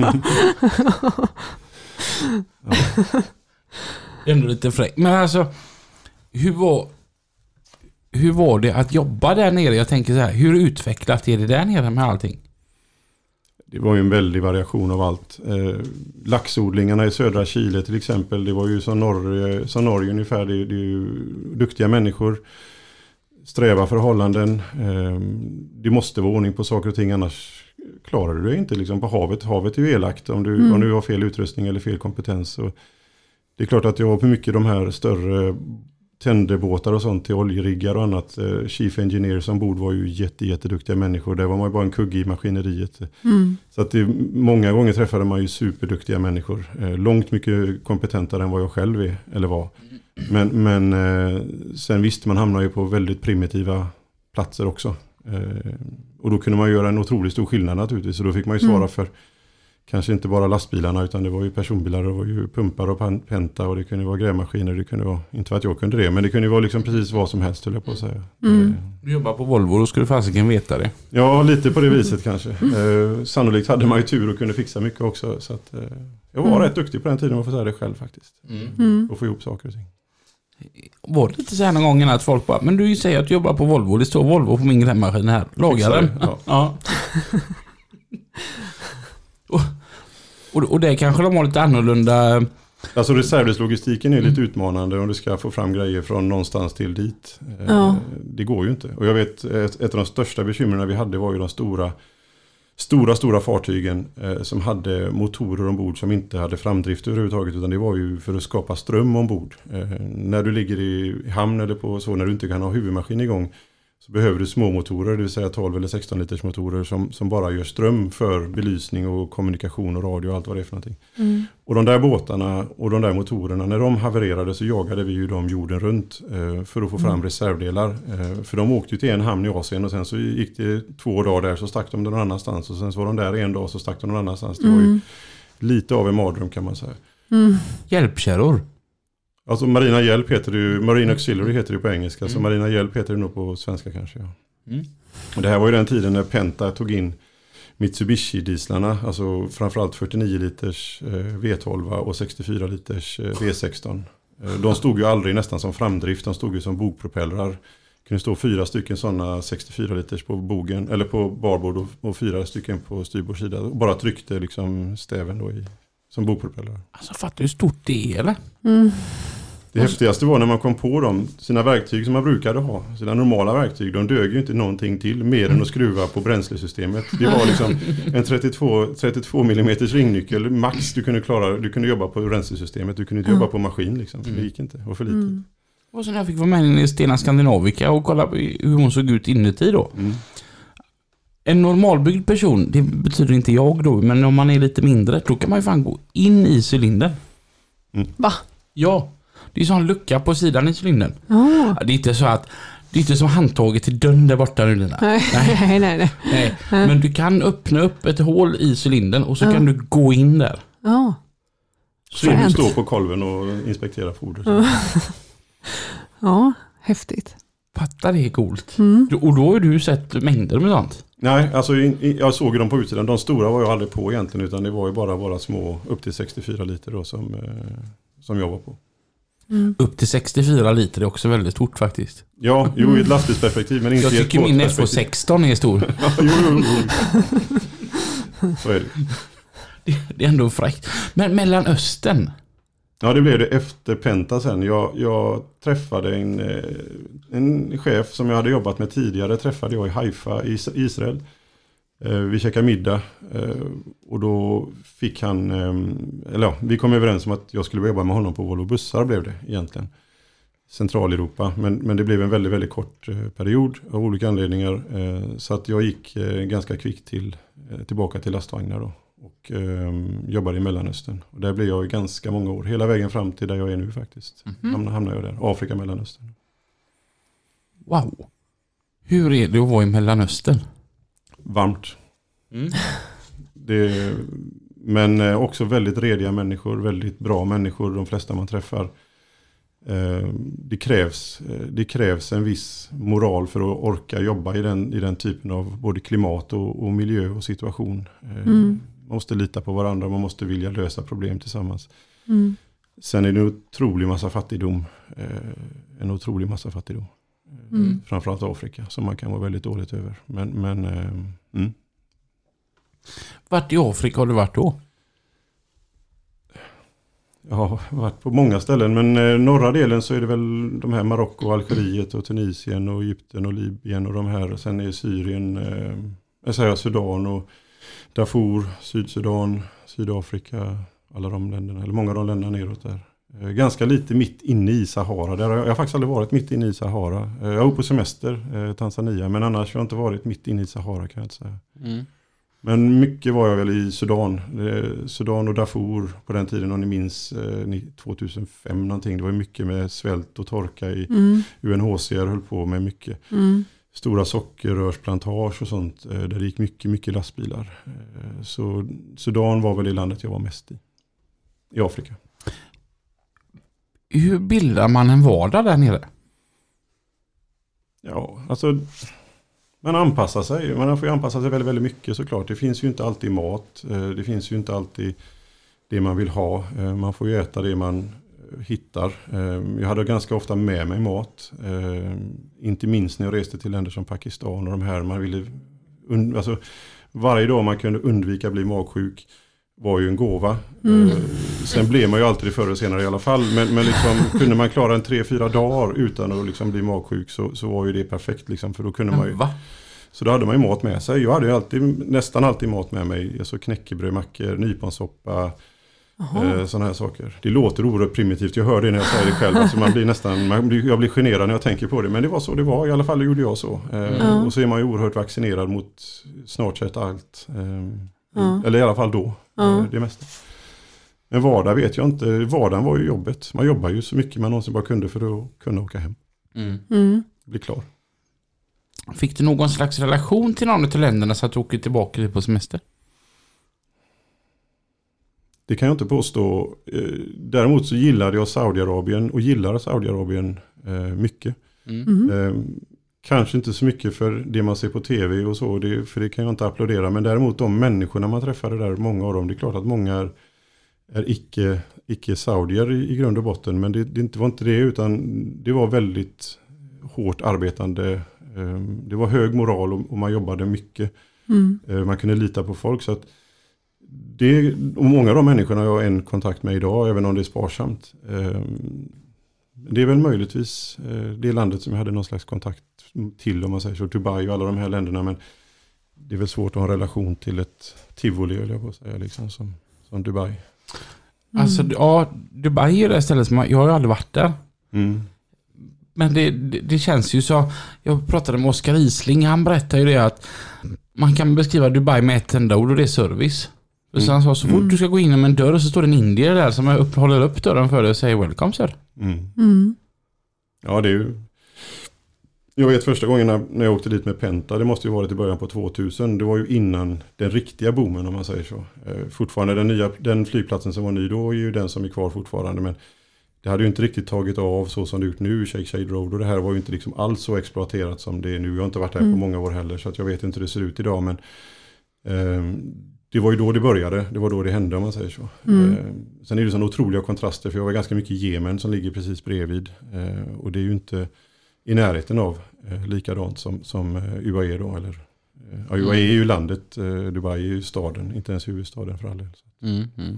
Ja. Det är ändå lite fräck. Men alltså, hur var, hur var det att jobba där nere? Jag tänker så här, hur utvecklat är det där nere med allting? Det var ju en väldig variation av allt. Eh, laxodlingarna i södra Chile till exempel, det var ju som Norge, som Norge ungefär. Det, det är ju duktiga människor, sträva förhållanden. Eh, det måste vara ordning på saker och ting, annars klarar du det inte liksom på havet. Havet är ju elakt om du, mm. om du har fel utrustning eller fel kompetens. Så det är klart att jag var på mycket de här större tänderbåtar och sånt till oljeriggar och annat. Chief engineers ombord var ju jätte, jätteduktiga människor. Där var man ju bara en kugge i maskineriet. Mm. Så att det, många gånger träffade man ju superduktiga människor. Eh, långt mycket kompetentare än vad jag själv är, eller var. Men, men eh, sen visst, man hamnar ju på väldigt primitiva platser också. Eh, och då kunde man göra en otroligt stor skillnad naturligtvis. Och då fick man ju svara mm. för kanske inte bara lastbilarna, utan det var ju personbilar, det var ju pumpar och penta, och det kunde vara grävmaskiner, det kunde vara, inte för att jag kunde det, men det kunde vara liksom precis vad som helst, höll jag på att säga. Mm. Du jobbar på Volvo, då skulle du fasiken veta det. Ja, lite på det viset kanske. Eh, sannolikt hade man ju tur och kunde fixa mycket också, så att eh, jag var mm. rätt duktig på den tiden, man får säga det själv faktiskt. Mm. Och få ihop saker och ting. Var det inte så här någon gång att folk bara, men du säger att du jobbar på Volvo, det står Volvo på min grävmaskin här, lagar den. Ja. Ja. och, och, och det kanske de har lite annorlunda. Alltså reservdelslogistiken är mm. lite utmanande om du ska få fram grejer från någonstans till dit. Ja. Det går ju inte. Och jag vet, ett, ett av de största bekymren vi hade var ju de stora Stora, stora fartygen eh, som hade motorer ombord som inte hade framdrift överhuvudtaget, utan det var ju för att skapa ström ombord. Eh, när du ligger i hamn eller på så, när du inte kan ha huvudmaskin igång, så behöver du små motorer, det vill säga tolv eller sexton liters motorer som, som bara gör ström för belysning och kommunikation och radio och allt vad det är för någonting. Mm. Och de där båtarna och de där motorerna, när de havererade så jagade vi ju dem jorden runt eh, för att få fram mm. reservdelar. Eh, för de åkte ju till en hamn i Asien och sen så gick det två dagar där, så stack de någon annanstans, och sen så var de där en dag så stack de någon annanstans. Det var ju lite av en mardröm kan man säga. Mm. Hjälpkärror. Alltså marina hjälp heter det ju, Marine Auxiliary heter det på engelska, mm. så marina hjälp heter det nog på svenska kanske. Ja. Mm. Och det här var ju den tiden när Penta tog in Mitsubishi-dieslarna, alltså framförallt fyrtionio liters eh, V tolv och sextiofyra liters eh, V sexton. Eh, de stod ju aldrig nästan som framdrift, de stod ju som bogpropellrar. Det kunde stå fyra stycken sådana sextiofyra liters på bogen, eller på barbord, och, och fyra stycken på styrbordssida, och bara tryckte liksom stäven då i, som bogpropellrar. Alltså fattar du hur stort det är, eller? Mm. Det häftigaste var när man kom på dem, sina verktyg som man brukade ha, sina normala verktyg, de dög ju inte någonting till mer än att skruva på bränslesystemet. Det var liksom en trettiotvå millimeters ringnyckel, max du kunde klara, du kunde jobba på bränslesystemet, du kunde inte mm. jobba på maskin liksom, mm. det gick inte, det var för litet. Mm. Och sen jag fick vara med i Stena Skandinavica och kolla på hur hon såg ut inuti då. Mm. En normalbyggd person, det betyder inte jag då, men om man är lite mindre, då kan man ju fan gå in i cylindern. Mm. Va? Ja. Det är sån lucka på sidan i cylindern. Oh. Det är inte så att det är inte som handtaget till dörren där borta nu, Lina. Nej. Nej, nej, nej. nej. Men du kan öppna upp ett hål i cylindern och så oh. kan du gå in där. Ja. Så du står på kolven och inspekterar foder. Oh. Ja, häftigt. Fattar, det är coolt. Mm. Och då har du sett mängder med sånt. Nej, alltså jag såg dem på utsidan. De stora var jag aldrig på egentligen, utan det var ju bara våra små upp till sextiofyra liter då som, som jag var på. Mm. Upp till sextiofyra liter är också väldigt stort faktiskt. Ja, jo, i ett lastbilsperspektiv, men inte jag i ett tycker min F sexton är stor. Ja, jo, jo, jo. Så är det. det. Det är ändå fräckt. Men Mellanöstern? Ja, det blev det efter Penta sen. Jag, jag träffade en, en chef som jag hade jobbat med tidigare. Träffade jag i Haifa i Israel. Vi käkade middag och då fick han, eller ja, vi kom överens om att jag skulle jobba med honom på Volvo bussar blev det egentligen. Centraleuropa, men, men det blev en väldigt, väldigt kort period av olika anledningar. Så att jag gick ganska kvickt till, tillbaka till lastvagnar då och jobbade i Mellanöstern. Och där blev jag ganska många år, hela vägen fram till där jag är nu faktiskt. Mm-hmm. Hamnar, hamnar jag där, Afrika, Mellanöstern. Wow! Hur är det att vara i Mellanöstern? Varmt. Mm. Det, men också väldigt rediga människor, väldigt bra människor, de flesta man träffar. Det krävs, det krävs en viss moral för att orka jobba i den, i den typen av både klimat och, och miljö och situation. Mm. Man måste lita på varandra, man måste vilja lösa problem tillsammans. Mm. Sen är det en otrolig massa fattigdom. En otrolig massa fattigdom. Mm. Framförallt Afrika som man kan vara väldigt dåligt över. Men, men eh, mm. Vart i Afrika har du varit då? Jag har varit på många ställen, men eh, norra delen så är det väl de här Marocko, Algeriet och Tunisien och Egypten och Libyen och de här. Och sen är Syrien, eh, jag säger Sudan och Darfur, Sydsudan, Sydafrika, alla de länderna, eller många av de länderna neråt där. Ganska lite mitt inne i Sahara. Där har jag, jag har faktiskt aldrig varit mitt inne i Sahara. Jag var på semester, eh, Tanzania. Men annars har jag inte varit mitt inne i Sahara kan jag inte säga. Mm. Men mycket var jag väl i Sudan. Eh, Sudan och Darfur på den tiden om ni minns eh, tjugohundrafem någonting. Det var mycket med svält och torka i mm. U N H C R höll på med mycket. Mm. Stora sockerrörsplantage och sånt. Eh, där det gick mycket, mycket lastbilar. Eh, så Sudan var väl det landet jag var mest i. I Afrika. Hur bildar man en vardag där nere? Ja, alltså man anpassar sig. Man får ju anpassa sig väldigt, väldigt mycket såklart. Det finns ju inte alltid mat. Det finns ju inte alltid det man vill ha. Man får ju äta det man hittar. Jag hade ganska ofta med mig mat. Inte minst när jag reste till länder som Pakistan och de här. Man ville, alltså, varje dag man kunde undvika att bli magsjuk var ju en gåva. Mm. Eh, sen blev man ju alltid förr och senare i alla fall. Men, men liksom, kunde man klara en tre, fyra dagar utan att liksom bli magsjuk så, så var ju det perfekt. Liksom, för då kunde man ju, Va? så då hade man ju mat med sig. Jag hade ju alltid, nästan alltid mat med mig. Alltså knäckebröd, mackor, nyponsoppa, eh, sådana här saker. Det låter oerhört primitivt. Jag hör det när jag säger det själv. Alltså man blir nästan, man blir, jag blir generad när jag tänker på det. Men det var så det var. I alla fall gjorde jag så. Eh, mm. Och så är man ju oerhört vaccinerad mot snart sett allt. Eh, Mm. Eller i alla fall då, mm. det mesta. Men vardag vet jag inte. Vardagen var ju jobbet. Man jobbar ju så mycket man någonsin bara kunde för att kunna åka hem. Mm. Mm. Bli klar. Fick du någon slags relation till någon av länderna så att du åker tillbaka på semester? Det kan jag inte påstå. Däremot så gillade jag Saudiarabien och gillar Saudiarabien mycket. Mm. Mm. Kanske inte så mycket för det man ser på tv och så, det, för det kan jag inte applådera. Men däremot de människorna man träffade där, många av dem, det är klart att många är, är icke, icke saudier i, i grund och botten. Men det, det inte, var inte det, utan det var väldigt hårt arbetande. Det var hög moral och, och man jobbade mycket. Mm. Man kunde lita på folk. Så att det, och många av de människorna jag har en kontakt med idag, även om det är sparsamt. Det är väl möjligtvis eh, det landet som jag hade någon slags kontakt till, om man säger så, Dubai och alla de här länderna, men det är väl svårt att ha en relation till ett tivoli, eller jag på att säga, liksom, som, som Dubai. Mm. Alltså, ja, Dubai är det stället som jag, jag har ju aldrig varit där. Mm. Men det, det, det känns ju så, jag pratade med Oskar Isling, han berättade ju det att man kan beskriva Dubai med ett enda ord och det är service. Mm. Så han sa, så fort mm. du ska gå in med en dörr så står det en indier där som upp, håller upp dörren för dig och säger welcome sir. Mm. Mm. Ja, det är ju... Jag vet första gången när, när jag åkte dit med Penta, det måste ju varit i början på tvåtusen. Det var ju innan den riktiga boomen, om man säger så. Eh, fortfarande den, nya, den flygplatsen som var ny då är ju den som är kvar fortfarande, men det hade ju inte riktigt tagit av så som det gjort nu i Sheikh Zayed Road, och det här var ju inte liksom alls så exploaterat som det är nu. Jag har inte varit här mm. på många år heller, så att jag vet inte hur det ser ut idag, men eh, det var ju då det började, det var då det hände, om man säger så. Mm. Eh, sen är det sådana otroliga kontraster, för jag var ganska mycket i Jemen som ligger precis bredvid, eh, och det är ju inte i närheten av eh, likadant som, som eh, U A E då, eller eh, ja, U A E är ju landet, eh, Dubai är ju staden, inte ens huvudstaden för all del. Mm, mm.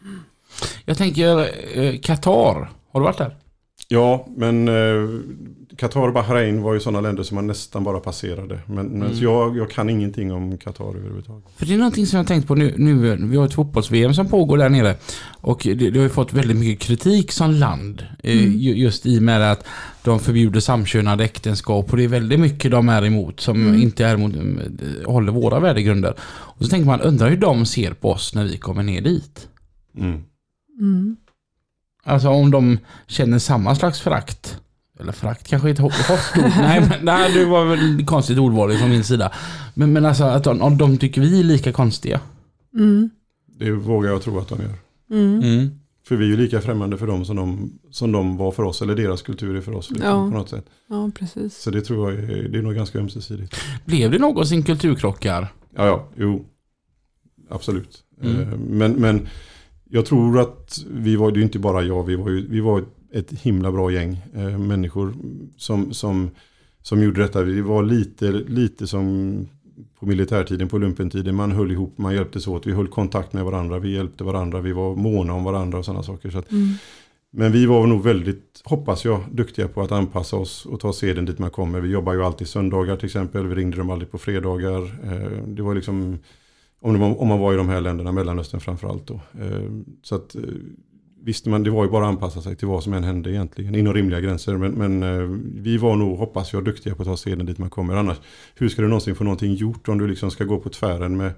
Jag tänker eh, Qatar, har du varit där? Ja, men eh, Qatar och Bahrain var ju sådana länder som man nästan bara passerade. Men, mm. men jag, jag kan ingenting om Qatar överhuvudtaget. För det är någonting som jag har tänkt på nu, nu vi har ett fotbolls-V M som pågår där nere. Och det, det har ju fått väldigt mycket kritik som land. Mm. Eh, just i och med att de förbjuder samkönade äktenskap. Och det är väldigt mycket de är emot som mm. inte är emot, håller våra värdegrunder. Och så tänker man, undrar hur de ser på oss när vi kommer ner dit. Mm. Mm. Alltså om de känner samma slags förakt. Eller förakt kanske inte hårt ord. Nej, men nej, det var väl ett konstigt ordval från min sida. Men, men alltså att de, om de tycker vi är lika konstiga. Mm. Det vågar jag tro att de gör. Mm. Mm. För vi är ju lika främmande för dem som de, som de var för oss. Eller deras kultur är för oss liksom, ja. på något sätt. Ja, precis. Så det tror jag är, det är nog ganska ömsesidigt. Blev det någonsin kulturkrockar? Ja, ja, jo. Absolut. Mm. Men, men jag tror att vi var, det är inte bara jag, vi var, ju, vi var ett himla bra gäng eh, människor som, som, som gjorde detta. Vi var lite, lite som på militärtiden, på lumpentiden. Man höll ihop, man hjälptes åt. Vi höll kontakt med varandra, vi hjälpte varandra, vi var måna om varandra och sådana saker. Så att, mm. Men vi var nog väldigt, hoppas jag, duktiga på att anpassa oss och ta seden dit man kommer. Vi jobbar ju alltid söndagar till exempel, vi ringde dem aldrig på fredagar. Eh, det var liksom... Om man, om man var i de här länderna, Mellanöstern framförallt då. Eh, så att eh, visste man, det var ju bara att anpassa sig till vad som än hände egentligen, inom rimliga gränser. Men, men eh, vi var nog, hoppas jag, duktiga på att ta seden dit man kommer. Annars, hur ska du någonsin få någonting gjort om du liksom ska gå på tvären med,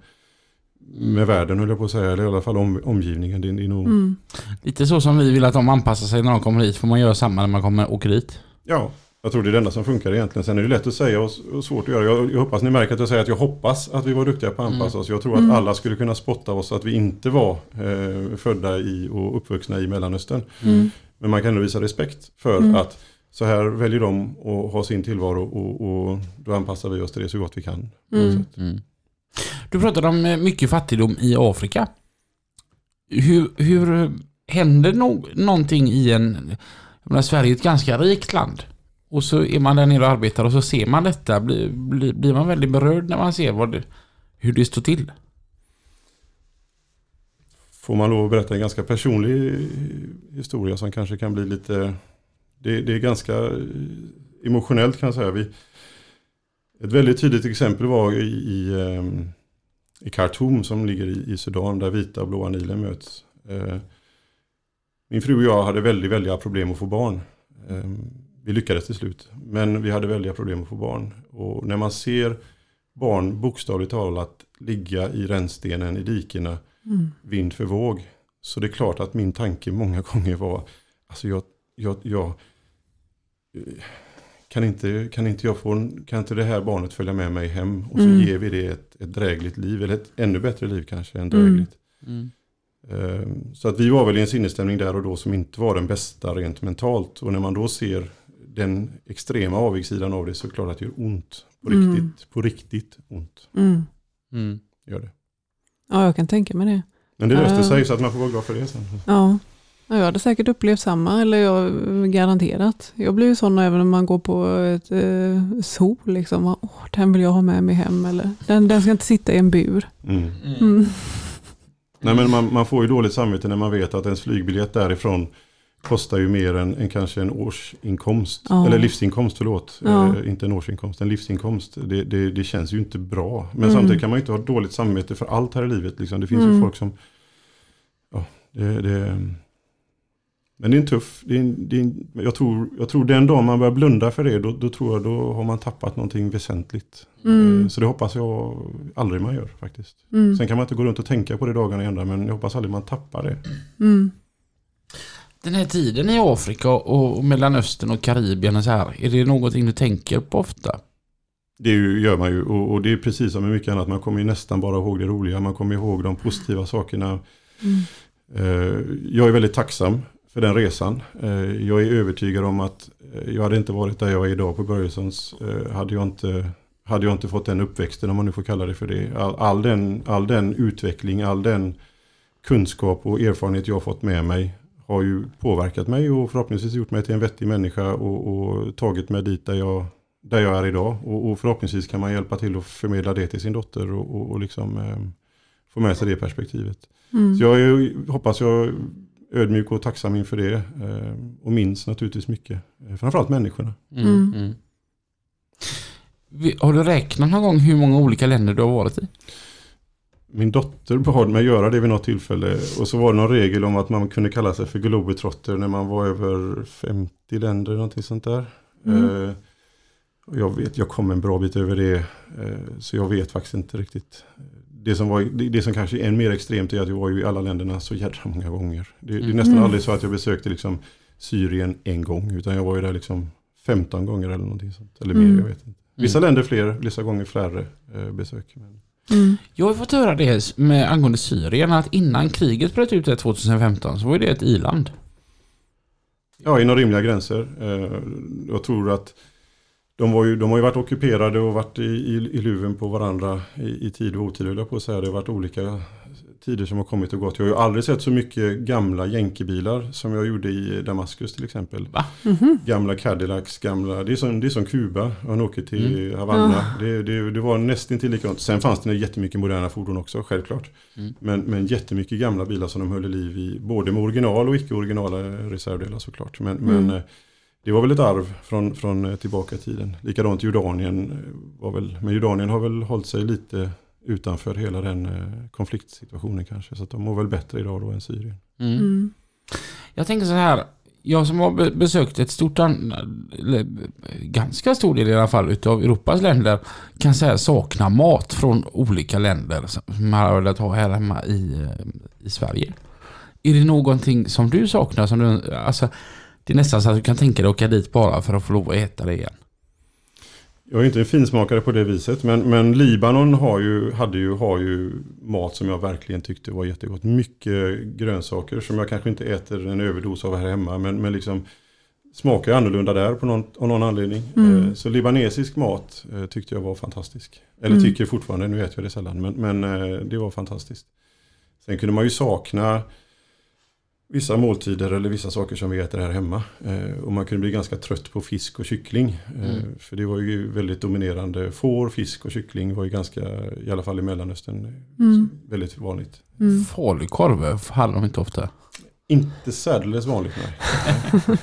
med världen, höll jag på att säga, eller i alla fall om, omgivningen. Det, det är nog... mm. Lite så som vi vill att de anpassar sig när de kommer hit, får man göra samma när man kommer åker dit. Ja. Jag tror det är det enda som funkar egentligen. Sen är det lätt att säga och, och svårt att göra. Jag, jag hoppas ni märker att jag säger att jag hoppas att vi var duktiga på att anpassa oss. Jag tror att mm. alla skulle kunna spotta oss att vi inte var eh, födda i och uppvuxna i Mellanöstern. Mm. Men man kan ändå visa respekt för mm. att så här väljer de att ha sin tillvaro och, och då anpassar vi oss till det så gott vi kan. Mm. Mm. Du pratade om mycket fattigdom i Afrika. Hur, hur händer no- någonting i en... Jag menar, Sverige är ett ganska rikt land. Och så är man där nere och arbetar och så ser man detta. Blir, blir, blir man väldigt berörd när man ser vad det, hur det står till? Får man lov att berätta en ganska personlig historia som kanske kan bli lite... Det, det är ganska emotionellt kan jag säga. Vi, ett väldigt tydligt exempel var i, i, i Khartoum som ligger i, i Sudan där vita och blåa Nilen möts. Min fru och jag hade väldigt, väldiga problem att få barn. Vi lyckades till slut, men vi hade väldiga problem att få barn. Och när man ser barn bokstavligt talat ligga i rännstenen i dikena, mm. vind för våg, så det är klart att min tanke många gånger var, alltså jag, jag, jag kan inte, kan inte jag få, kan inte det här barnet följa med mig hem och så mm. ger vi det ett, ett drägligt liv, eller ett ännu bättre liv kanske än drägligt. Mm. Mm. Så att vi var väl i en sinnesstämning där och då som inte var den bästa rent mentalt. Och när man då ser den extrema avigsidan av det så är det klart att det gör ont. På mm. riktigt, på riktigt ont. Mm. Mm. Gör det. Ja, jag kan tänka mig det. Men det löste uh, sig så att man får vara glad för det sen. Ja. ja, jag hade säkert upplevt samma, eller jag garanterat. Jag blir ju sån även om man går på ett eh, sol liksom. Åh, den vill jag ha med mig hem. Eller den, den ska inte sitta i en bur. Mm. Mm. Mm. Nej, men man, man får ju dåligt samvete när man vet att ens flygbiljett därifrån kostar ju mer än, än kanske en årsinkomst. Ja. Eller livsinkomst, förlåt. Ja. Eh, inte en årsinkomst, en livsinkomst. Det, det, det känns ju inte bra. Men Mm. samtidigt kan man ju inte ha dåligt samvete för allt här i livet. Liksom. Det finns Mm. ju folk som... Ja, det, det, men det är en tuff... Det är en, det är en, jag, tror, jag tror den dag man börjar blunda för det, då, då tror jag då har man tappat någonting väsentligt. Mm. Eh, så det hoppas jag aldrig man gör faktiskt. Mm. Sen kan man inte gå runt och tänka på det dagarna ända, men jag hoppas aldrig man tappar det. Mm. Den här tiden i Afrika och Mellanöstern och Karibien och så här, är det någonting du tänker på ofta? Det ju, gör man ju, och, och det är precis som med mycket annat. Man kommer ju nästan bara ihåg det roliga. Man kommer ihåg de positiva sakerna. Mm. Eh, jag är väldigt tacksam för den resan. Eh, jag är övertygad om att eh, jag hade inte varit där jag är idag på Börjessons. Eh, hade, jag inte, hade jag inte fått den uppväxten, om man nu får kalla det för det. All, all, den, all den utveckling, all den kunskap och erfarenhet jag har fått med mig har ju påverkat mig och förhoppningsvis gjort mig till en vettig människa och, och tagit mig dit där jag, där jag är idag. Och, och förhoppningsvis kan man hjälpa till att förmedla det till sin dotter och, och, och liksom, eh, få med sig det perspektivet. Mm. Så jag är, hoppas jag är ödmjuk och tacksam inför det. Eh, och minns naturligtvis mycket. Eh, framförallt människorna. Mm. Mm. Mm. Vi- Har du räknat någon gång hur många olika länder du har varit i? Min dotter bad mig göra det vid något tillfälle. Och så var det någon regel om att man kunde kalla sig för globetrotter när man var över femtio länder eller någonting sånt där. Mm. Eh, och jag vet, jag kom en bra bit över det. Eh, så jag vet faktiskt inte riktigt. Det som, var, det, det som kanske är än mer extremt är att jag var ju i alla länderna så jädra många gånger. Det, det är nästan Mm. aldrig så att jag besökte liksom Syrien en gång. Utan jag var ju där liksom femton gånger eller någonting sånt. Eller mer, Mm. jag vet inte. Vissa länder fler, vissa gånger färre eh, besök. Men... Mm. Jag har fått höra det med angående Syrien att innan kriget bröt ut där tjugohundrafemton så var det ett i-land. Ja, inom rimliga gränser. Eh, jag tror att de, var ju, de har ju varit ockuperade och varit i, i, i luven på varandra i, i tid och otid. Jag på att säga. Det har varit olika tider som har kommit och gått. Jag har ju aldrig sett så mycket gamla jänkebilar som jag gjorde i Damaskus till exempel. Va? Mhm. Gamla Cadillacs, gamla, det är som, det är som Kuba. Han åker till Mm. Havanna. Det, det, det var nästan till likadant. Sen fanns det jättemycket moderna fordon också, självklart. Mm. Men, men jättemycket gamla bilar som de höll i liv i. Både med original och icke-originala reservdelar såklart. Men, Mm. men det var väl ett arv från, från tillbaka i tiden. Likadant Jordanien var väl, men Jordanien har väl hållit sig lite utanför hela den eh, konfliktsituationen kanske. Så att de mår väl bättre idag då än Syrien. Mm. Mm. Jag tänker så här, jag som har be- besökt ett stort an- eller, ganska stor del i alla fall utav Europas länder kan säga sakna mat från olika länder som man har velat ha här hemma i, eh, i Sverige. Är det någonting som du saknar? Som du, alltså, det är nästan så att du kan tänka dig att åka dit bara för att få lov att äta det igen. Jag är inte en finsmakare på det viset, men, men Libanon har ju, hade ju, har ju mat som jag verkligen tyckte var jättegott. Mycket grönsaker som jag kanske inte äter en överdos av här hemma, men, men liksom smakar annorlunda där på någon, av någon anledning. Mm. Eh, Så libanesisk mat eh, tyckte jag var fantastisk. Eller Mm. tycker fortfarande, nu äter jag det sällan, men, men eh, det var fantastiskt. Sen kunde man ju sakna vissa måltider eller vissa saker som vi äter här hemma. Eh, och man kunde bli ganska trött på fisk och kyckling. Eh, Mm. För det var ju väldigt dominerande. Får, fisk och kyckling var ju ganska, i alla fall i Mellanöstern, Mm. väldigt vanligt. Mm. Falukorv hade de inte ofta. Inte särdeles vanligt, nej.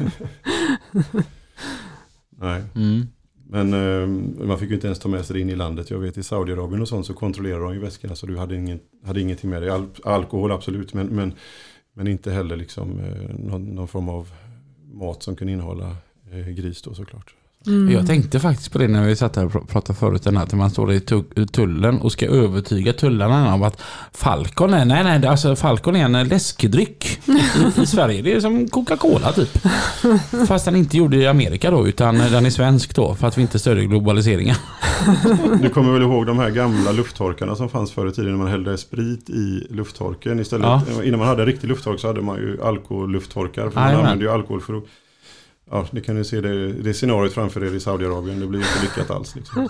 nej. Mm. Men eh, man fick ju inte ens ta med sig det in i landet. Jag vet i Saudiarabien och sånt så kontrollerar de ju väskorna så du hade, ingen, hade ingenting med dig. Al- alkohol absolut, men, men, men inte heller liksom, eh, någon, någon form av mat som kunde innehålla eh, gris då såklart. Mm. Jag tänkte faktiskt på det när vi satt här och pr- pratade förut den här, att man står i tu- tullen och ska övertyga tullarna om att Falcon är, nej nej, alltså Falcon är en läskedryck i, i Sverige. Det är som Coca-Cola typ. Fast den inte gjorde i Amerika då, utan den är svensk då, för att vi inte stödjer globaliseringen. Du kommer väl ihåg de här gamla lufttorkarna som fanns förr i tiden när man hällde sprit i lufttorken istället. Ja. Innan man hade riktig lufttork så hade man ju alkohollufttorkar, för man Jajamän. använde ju alkohol för att, ja, ni kan ju se det, det scenariot framför er i Saudiarabien. Det blir ju inte lyckat alls liksom.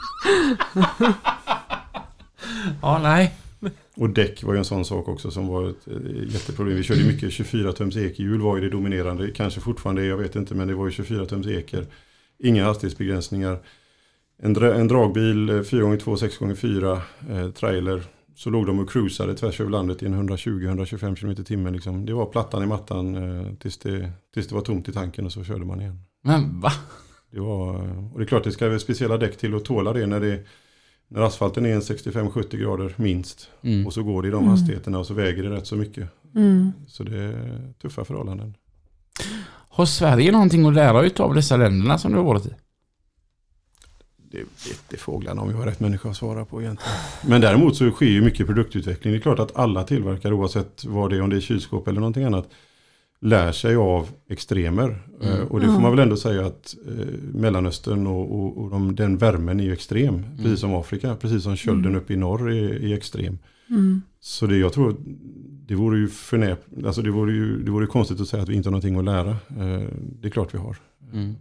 Ja, nej. Och däck var ju en sån sak också som var ett eh, jätteproblem. Vi körde ju mycket tjugofyra tums ekhjul var ju det dominerande. Kanske fortfarande, jag vet inte, men det var ju tjugofyra tums eker. Inga hastighetsbegränsningar. En, dra- en dragbil, fyra gånger två, sex gånger fyra, eh, trailer, så låg de och cruisade tvärs över landet i en hundratjugo till hundratjugofem kilometer i timmen. Liksom. Det var plattan i mattan eh, tills, det, tills det var tomt i tanken och så körde man igen. Men va? Det var, och det är klart det ska vara speciella däck till att tåla det när, det, när asfalten är en sextiofem till sjuttio grader minst. Mm. Och så går det i de hastigheterna och så väger det rätt så mycket. Mm. Så det är tuffa förhållanden. Har Sverige någonting att lära ut av dessa länderna som du har varit i? Det vet det fåglarna om jag har rätt människa att svara på egentligen. Men däremot så sker ju mycket produktutveckling. Det är klart att alla tillverkare, oavsett vad det är, om det är kylskåp eller någonting annat, lär sig av extremer. Mm. Och det får man väl ändå säga att eh, Mellanöstern och, och, och de, den värmen är ju extrem. Mm. Precis som Afrika, precis som kölden mm. uppe i norr är, är extrem. Mm. Så det jag tror, det vore ju förnäp, alltså det vore ju det vore konstigt att säga att vi inte har någonting att lära. Eh, det är klart vi har. Mm.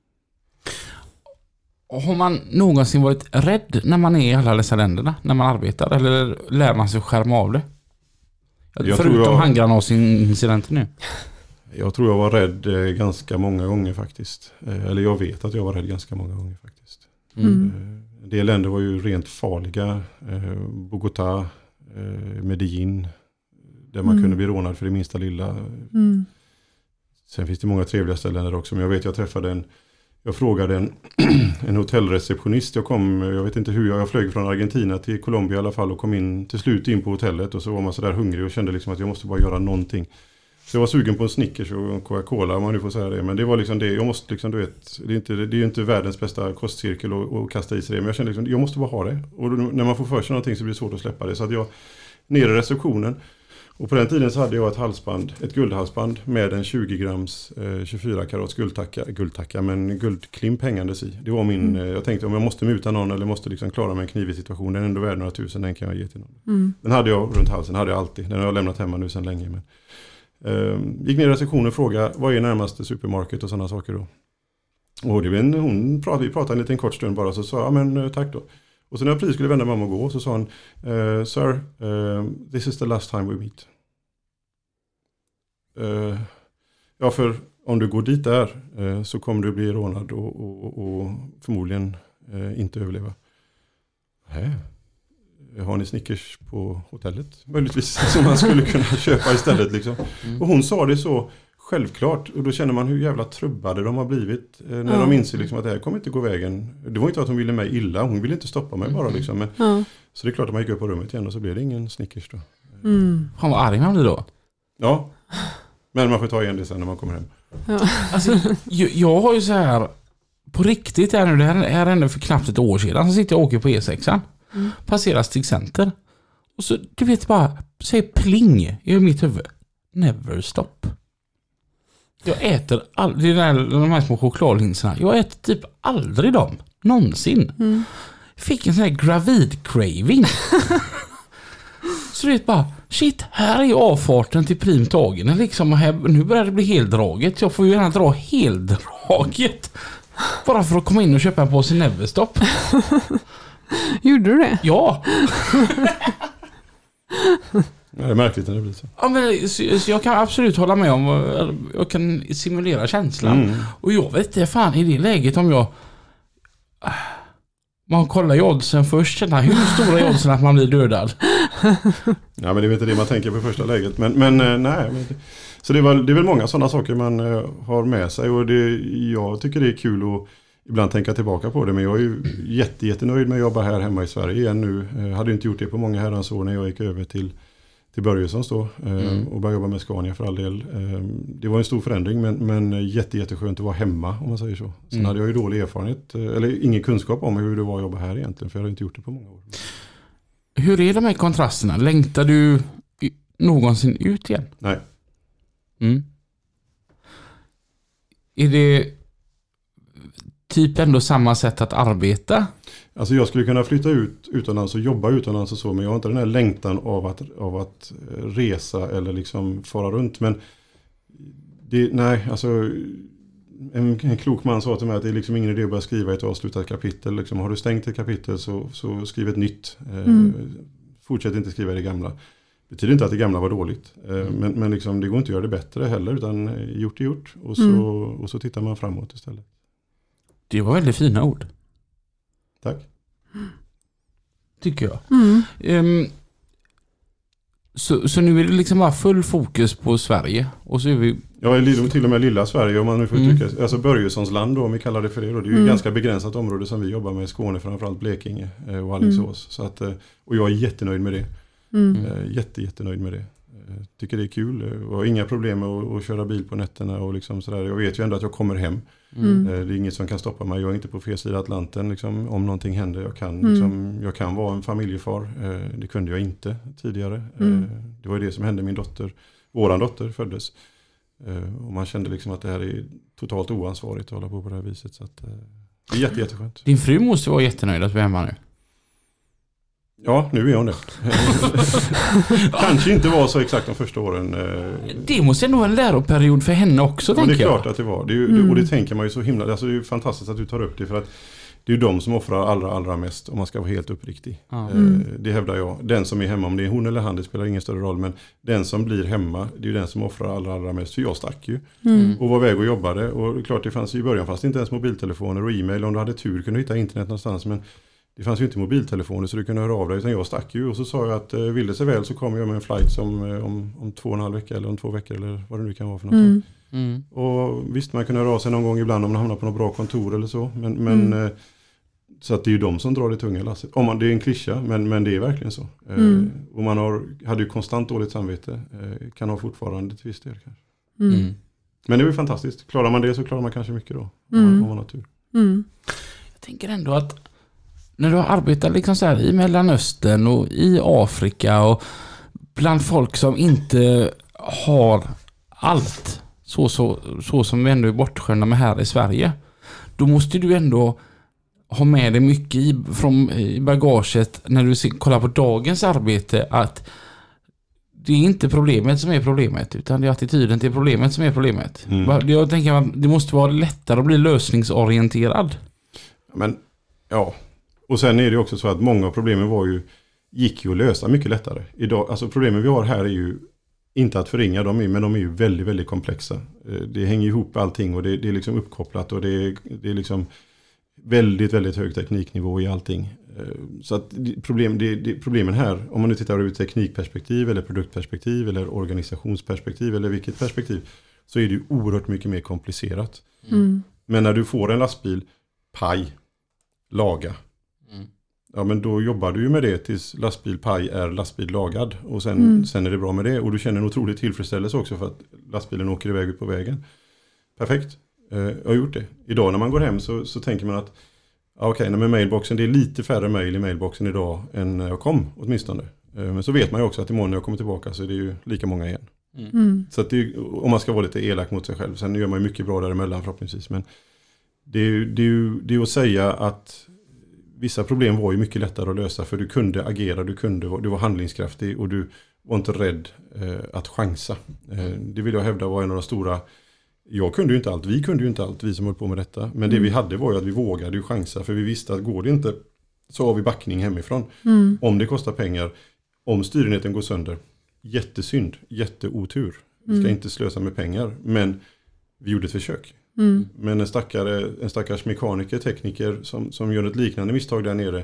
Har man någonsin varit rädd när man är i alla dessa länderna, när man arbetar? Eller lär man sig skärma av det? Jag Förutom jag, handgranatsincidenten nu. Jag tror jag var rädd eh, ganska många gånger faktiskt. Eh, eller jag vet att jag var rädd ganska många gånger faktiskt. Mm. Eh, en del länder var ju rent farliga. Eh, Bogotá, eh, Medellin, där man mm. kunde bli rånad för det minsta lilla. Mm. Sen finns det många trevliga ställen där också. Men jag vet jag träffade en Jag frågade en, en hotellreceptionist. Jag kom, jag vet inte hur, jag, jag flög från Argentina till Colombia i alla fall och kom in till slut in på hotellet och så var man så där hungrig och kände liksom att jag måste bara göra någonting. Så jag var sugen på en Snickers och en Coca-Cola om man nu får säga det. Men det var liksom det, jag måste liksom, du vet, det är inte, det är inte världens bästa kostcirkel att, att kasta i sig det. Men jag kände liksom, jag måste bara ha det. Och då, när man får för sig någonting så blir det svårt att släppa det. Så att jag, nere i receptionen. Och på den tiden så hade jag ett halsband, ett guldhalsband med en tjugo grams eh, tjugofyra karats guldtacka, guldtacka men guldklimp hängandes i. Det var min, mm. eh, jag tänkte om jag måste muta någon eller måste liksom klara mig en knivig situation, den är ändå värd några tusen, den kan jag ge till någon. Mm. Den hade jag runt halsen, hade jag alltid. Den har jag lämnat hemma nu sedan länge. Men, eh, gick ner i receptionen och frågade, vad är närmaste supermarket och sådana saker då? Och det var en, hon pratade, vi pratade en liten kort stund bara så sa jag, men tack då. Och så när jag precis skulle vända mig om och gå så sa han, uh, Sir, uh, this is the last time we meet. Uh, ja, för om du går dit där uh, så kommer du bli rånad och, och, och förmodligen uh, inte överleva. Nej. Har ni Snickers på hotellet? Möjligtvis som man skulle kunna köpa istället. Liksom. Mm. Och hon sa det så självklart. Och då känner man hur jävla trubbade de har blivit. Eh, när ja. de inser liksom, att det här kommer inte gå vägen. Det var inte att hon ville mig illa. Hon ville inte stoppa mig bara. Liksom. Men, ja. Så det är klart att man gick upp på rummet igen och så blev det ingen Snickers då. Mm. Han var arg man blir då? Ja. Men man får ta igen det sen när man kommer hem. Ja. Alltså, jag, jag har ju så här på riktigt här nu. Det här är ändå för knappt ett år sedan. Så sitter jag och åker på E sexan. Mm. Passerar Stig Center. Och så, du vet bara, säger pling i mitt huvud. Never stop. Jag äter aldrig de här små chokladlinserna. Jag äter typ aldrig dem. Någonsin. Mm. Fick en sån här gravid craving. Så du vet bara, shit, här är avfarten till primtagen. Liksom, här, nu börjar det bli heldraget. Jag får ju gärna dra heldraget. Bara för att komma in och köpa en påse Neverstop. Gjorde du det? Ja. Ja, det är märkligt när det blir så. Ja, men, så, så jag kan absolut hålla med om, jag kan simulera känslan. Mm. Och jag vet inte fan i det läget om jag man kollar ju oddsen först, känner hur stora är oddsen att man blir dödad. Ja, men det är inte det man tänker på första läget. Men, men nej, men, så det, var, det är väl många sådana saker man uh, har med sig. Och det, jag tycker det är kul att ibland tänka tillbaka på det. Men jag är ju jätte, jättenöjd med att jobba här hemma i Sverige igen nu. Jag hade inte gjort det på många herrans år när jag gick över till till Börjessons då mm. och började jobba med Scania för all del. Det var en stor förändring men, men jätte, jätteskönt att vara hemma om man säger så. Sen mm. hade jag ju dålig erfarenhet eller ingen kunskap om hur det var att jobba här egentligen för jag hade inte gjort det på många år. Hur är de här kontrasterna? Längtar du någonsin ut igen? Nej. Mm. Är det typ ändå samma sätt att arbeta? Alltså jag skulle kunna flytta ut utomlands och jobba utomlands och så, men jag har inte den här längtan av att, av att resa eller liksom fara runt. Men det, nej, alltså en, en klok man sa till mig att det är liksom ingen idé att börja skriva ett avslutat kapitel. Liksom, har du stängt ett kapitel så, så skriv ett nytt. Mm. Eh, fortsätt inte skriva det gamla. Det betyder inte att det gamla var dåligt. Eh, mm. Men, men liksom, det går inte att göra det bättre heller, utan gjort är gjort. Och så, mm. och så tittar man framåt istället. Det var väldigt fina ord. Tack. Tycker jag. Mm. Um, Så, så nu är det liksom bara full fokus på Sverige. Och så är vi... Ja, till och med lilla Sverige om man nu får Mm. uttrycka. Alltså Börjessons land då, om vi kallar det för det då. Det är ju Mm. ett ganska begränsat område som vi jobbar med i Skåne, framförallt Blekinge eh, och Alingsås. Mm. Så att, eh, och jag är jättenöjd med det. Mm. Eh, jätte, jättenöjd med det. Eh, tycker det är kul. Eh, och har inga problem med att, att köra bil på nätterna och liksom sådär. Jag vet ju ändå att jag kommer hem. Mm. Eh, det är inget som kan stoppa mig. Jag är inte på fel sida Atlanten liksom, om någonting händer. Jag kan, Mm. liksom, jag kan vara en familjefar. Eh, det kunde jag inte tidigare. Mm. Eh, det var ju det som hände min dotter. Våran dotter föddes. Uh, och man kände liksom att det här är totalt oansvarigt att hålla på på det här viset. Så att, uh, det är jätte, jätteskönt. Din fru måste vara jättenöjd att vi är hemma nu. Ja, nu är hon det. Kanske inte var så exakt de första åren. Uh, Det måste ändå vara en läroperiod för henne också, ja, tänker det är jag. klart att det var. Det är ju, Mm. och det tänker man ju så himla... Alltså det är ju fantastiskt att du tar upp det, för att det är ju de som offrar allra, allra mest, om man ska vara helt uppriktig. Ja. Mm. Uh, det hävdar jag. Den som är hemma, om det är hon eller han, det spelar ingen större roll. Men den som blir hemma, det är ju den som offrar allra, allra mest. För jag stack ju. Mm. Och var väg och jobbade. Och det är klart, det fanns ju i början fast inte ens mobiltelefoner och e-mail. Om du hade tur kunde du hitta internet någonstans. Men det fanns ju inte mobiltelefoner så du kunde höra av dig. Utan jag stack ju. Och så sa jag att eh, vill det sig väl så kommer jag med en flight som, eh, om, om två och en halv vecka. Eller om två veckor eller vad det nu kan vara för något. Mm. Mm. Och visst, man kunde höra av sig någon gång ibland om man hamnar på något bra kontor eller så. Men, men Mm. eh, så att det är ju de som drar det tunga lasset. Om man, det är en klyscha, men, men det är verkligen så. Eh, Mm. och man har, hade ju konstant dåligt samvete. Eh, kan ha fortfarande till viss del kanske. Mm. Mm. Men det är ju fantastiskt. Klarar man det så klarar man kanske mycket då. Om Mm. man, om man har tur. Mm. Jag tänker ändå att när du har arbetat liksom så här i Mellanöstern och i Afrika och bland folk som inte har allt så, så, så som vi ändå är bortskämda med här i Sverige, då måste du ändå ha med dig mycket i, från, i bagaget när du ser, kollar på dagens arbete, att det är inte problemet som är problemet, utan det är attityden till problemet som är problemet. Mm. Va- Jag tänker att det måste vara lättare att bli lösningsorienterad. Men ja, och sen är det också så att många av problemen var ju, gick ju att lösa mycket lättare. Idag, alltså problemen vi har här är ju inte att förringa dem, men de är ju väldigt, väldigt komplexa. Eh, Det hänger ihop allting och det, det är liksom uppkopplat och det är, det är liksom väldigt, väldigt hög tekniknivå i allting. Eh, Så att det- problem, det, det, problemen här, om man nu tittar ur ett teknikperspektiv eller produktperspektiv eller organisationsperspektiv eller vilket perspektiv, så är det ju oerhört mycket mer komplicerat. Mm. Men när du får en lastbil, paj, laga. Mm. Ja, men då jobbar du ju med det tills lastbil paj är lastbil lagad. Och sen, Mm. sen är det bra med det. Och du känner en otrolig tillfredsställelse också för att lastbilen åker iväg ut på vägen. Perfekt. Eh, jag har gjort det. Idag när man går hem så, så tänker man att ja, okej, okay, med mailboxen, det är lite färre mail i mailboxen idag än när jag kom åtminstone. Eh, men så vet man ju också att imorgon när jag kommer tillbaka så är det ju lika många igen. Mm. Så att det, är- om man ska vara lite elak mot sig själv. Sen gör man ju mycket bra däremellan förhoppningsvis. Men det är ju det är ju, det är att säga att vissa problem var ju mycket lättare att lösa. För du kunde agera, du, kunde, du var handlingskraftig och du var inte rädd eh, att chansa. Eh, det vill jag hävda var en av de stora... Jag kunde ju inte allt, vi kunde ju inte allt, vi som höll på med detta. Men det Mm. vi hade var ju att vi vågade ju chansa. För vi visste att går det inte så har vi backning hemifrån. Mm. Om det kostar pengar, om styrenheten går sönder, jättesynd, jätteotur. Vi ska Mm. inte slösa med pengar, men vi gjorde ett försök. Mm. Men en, stackare, en stackars mekaniker, tekniker som, som gör ett liknande misstag där nere,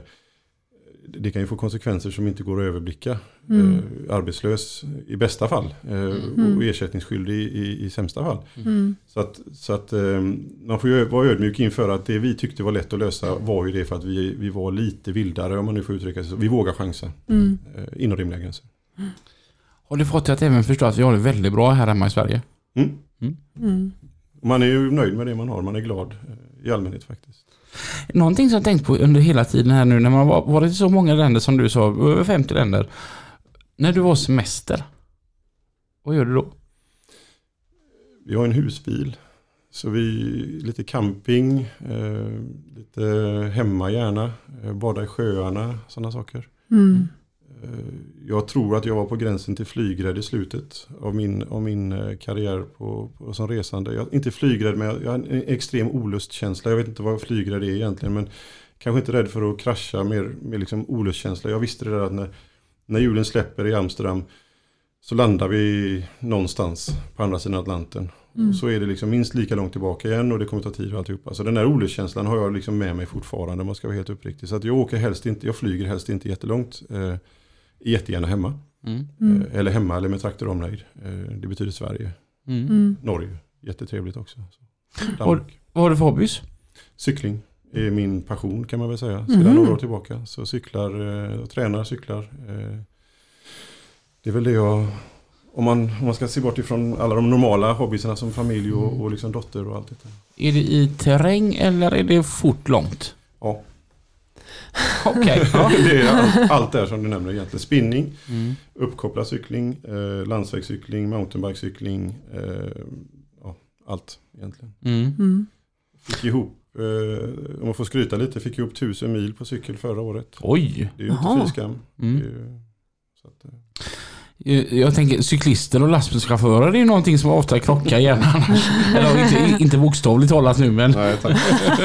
det kan ju få konsekvenser som inte går att överblicka. Mm. Eh, arbetslös i bästa fall eh, Mm. och ersättningsskyldig i, i, i sämsta fall. Mm. Så att, så att eh, man får ju vara ödmjuk inför att det vi tyckte var lätt att lösa var ju det för att vi, vi var lite vildare, om man nu får uttrycka sig så. Vi vågar chansa Mm. eh, inom rimliga gränser. Har du fått dig att även förstå att vi har det väldigt bra här hemma i Sverige? Mm. Mm. Man är ju nöjd med det man har, man är glad eh, i allmänhet faktiskt. Någonting som jag tänkt på under hela tiden här nu när man har varit i så många länder som du sa, över femtio länder. När du var semester, vad gör du då? Vi har en husbil, så vi lite camping, eh, lite hemma gärna, eh, bada i sjöarna, sådana saker. Mm. Eh, jag tror att jag var på gränsen till flygrädd i slutet av min, av min eh, karriär på, på, som resande. Jag, inte flygrädd, men jag, jag har en extrem olustkänsla. Jag vet inte vad flygrädd är egentligen, men kanske inte rädd för att krascha, mer, mer liksom olustkänsla. Jag visste det där att när, när hjulen släpper i Amsterdam så landar vi någonstans på andra sidan Atlanten. Mm. Och så är det liksom minst lika långt tillbaka igen och det kommer ta tid och alltihopa. Så den där olustkänslan har jag liksom med mig fortfarande, om man ska vara helt uppriktig. Så att jag åker helst inte, jag flyger helst inte jättelångt. Eh, jättegärna hemma. Mm. Mm. Eh, eller hemma eller med traktoromnejd. Eh, det betyder Sverige. Mm. Mm. Norge. Jättetrevligt också. Så. Och, vad har du för hobbys? Cykling är min passion kan man väl säga. Sedan Mm. några år tillbaka. Så cyklar och tränar, cyklar. Det är väl det jag... Om man, om man ska se bort ifrån alla de normala hobbyerna som familj och, och liksom dotter och allt detta. Är det i terräng eller är det fort långt? Ja. Okej. Okay. Ja, det är allt, allt där som du nämner egentligen. Spinning, Mm. uppkopplad cykling, eh, landsvägscykling, mountainbikecykling. Eh, ja, allt egentligen. Mm. Mm. Fick ihop, eh, om man får skryta lite, fick ihop tusen mil på cykel förra året. Oj. Det är ju inte Jaha. fy skam. Mm. Det är ju, så att, eh. Jag tänker cyklister och lastbilschaufförer är ju någonting som ofta krockar gärna annars. Eller inte, inte bokstavligt talat nu men. Nej, tack.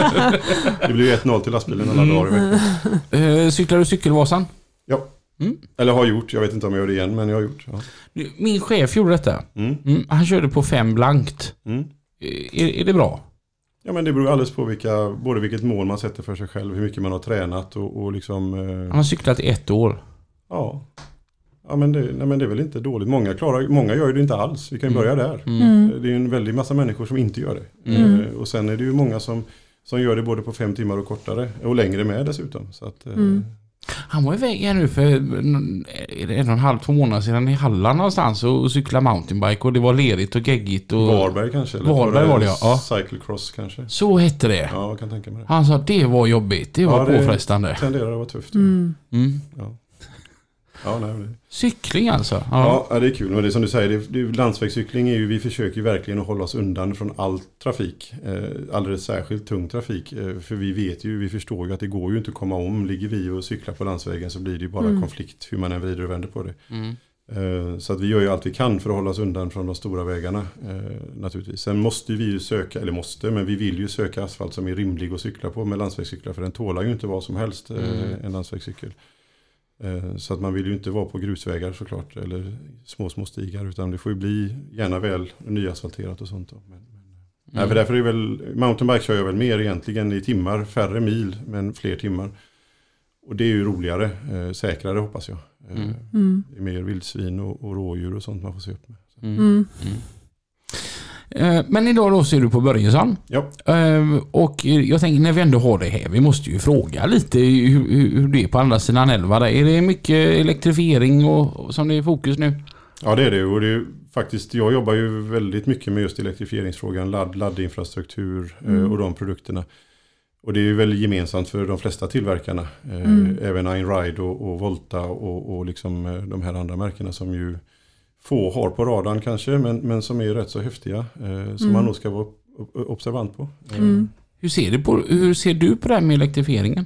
Det blir ju ett noll till lastbilen alla dagar i veckan. Uh, cyklar du cykelvasan? Ja. Mm. Eller har gjort, jag vet inte om jag gör det igen men jag har gjort. Ja. Min chef gjorde detta. Mm. Mm, han körde på fem blankt. Mm. Är, är det bra? Ja men det beror alldeles på vilka, både vilket mål man sätter för sig själv, hur mycket man har tränat och, och liksom... Eh, Han har cyklat i ett år. ja. Ja men det, nej, men det är väl inte dåligt. Många, klarar, många gör ju det inte alls. Vi kan ju Mm. börja där. Mm. Mm. Det är ju en väldig massa människor som inte gör det. Mm. Eh, och sen är det ju många som, som gör det både på fem timmar och kortare. Och längre med dessutom. Så att, eh, Mm. Han var iväg här nu för en och en halv, två månader sedan i Halland någonstans och, och cykla mountainbike och det var lerigt och geggigt. Och... Varberg kanske? Eller Varberg var det, ja. Ja. Cyclecross kanske? Så hette det. Ja, jag kan tänka mig det. Han sa att det var jobbigt, det var Ja, det- påfrestande. Tenderar att vara tufft. Mm. Mm. Ja. Ja, nej, det... Cykling alltså? Ja. Ja. ja, det är kul. Men det är som du säger, det, det, landsvägscykling är ju, vi försöker ju verkligen att hålla oss undan från all trafik. Eh, alldeles särskilt tung trafik. Eh, för vi vet ju, vi förstår ju att det går ju inte att komma om. Ligger vi och cyklar på landsvägen så blir det ju bara Mm. konflikt hur man än vrider och vänder på det. Mm. Eh, så att vi gör ju allt vi kan för att hålla oss undan från de stora vägarna. Eh, naturligtvis. Sen måste vi ju söka, eller måste, men vi vill ju söka asfalt som är rimlig att cykla på med landsvägscyklar. För den tålar ju inte vad som helst, eh, Mm. en landsvägscykel. Så att man vill ju inte vara på grusvägar såklart eller små små stigar utan det får ju bli gärna väl nyasfalterat och sånt. Då. Men, men, Mm. nej, för därför är väl mountainbike kör jag väl mer egentligen i timmar, färre mil men fler timmar. Och det är ju roligare, eh, säkrare hoppas jag. Eh, Mm. Mm. Det är mer vildsvin och, och rådjur och sånt man får se upp med. Mm. Mm. Mm. Eh, Men idag då ser du på Börjesson. Ja, Eh, Och jag tänker när vi ändå har det här, vi måste ju fråga lite hur, hur det är på andra sidan älva. Där. Är det mycket elektrifiering och, och som det är fokus nu? ja det är det. Och det är faktiskt, jag jobbar ju väldigt mycket med just elektrifieringsfrågan, ladd, laddinfrastruktur eh, Mm. och de produkterna. Och det är ju väldigt gemensamt för de flesta tillverkarna. Eh, Mm. Även Einride och, och Volta och, och liksom eh, de här andra märkena som ju få har på radarn kanske, men, men som är rätt så häftiga. Eh, som Mm. man nog ska vara ob- observant på. Eh, Mm. Hur ser, du på, hur ser du på det här med elektrifieringen?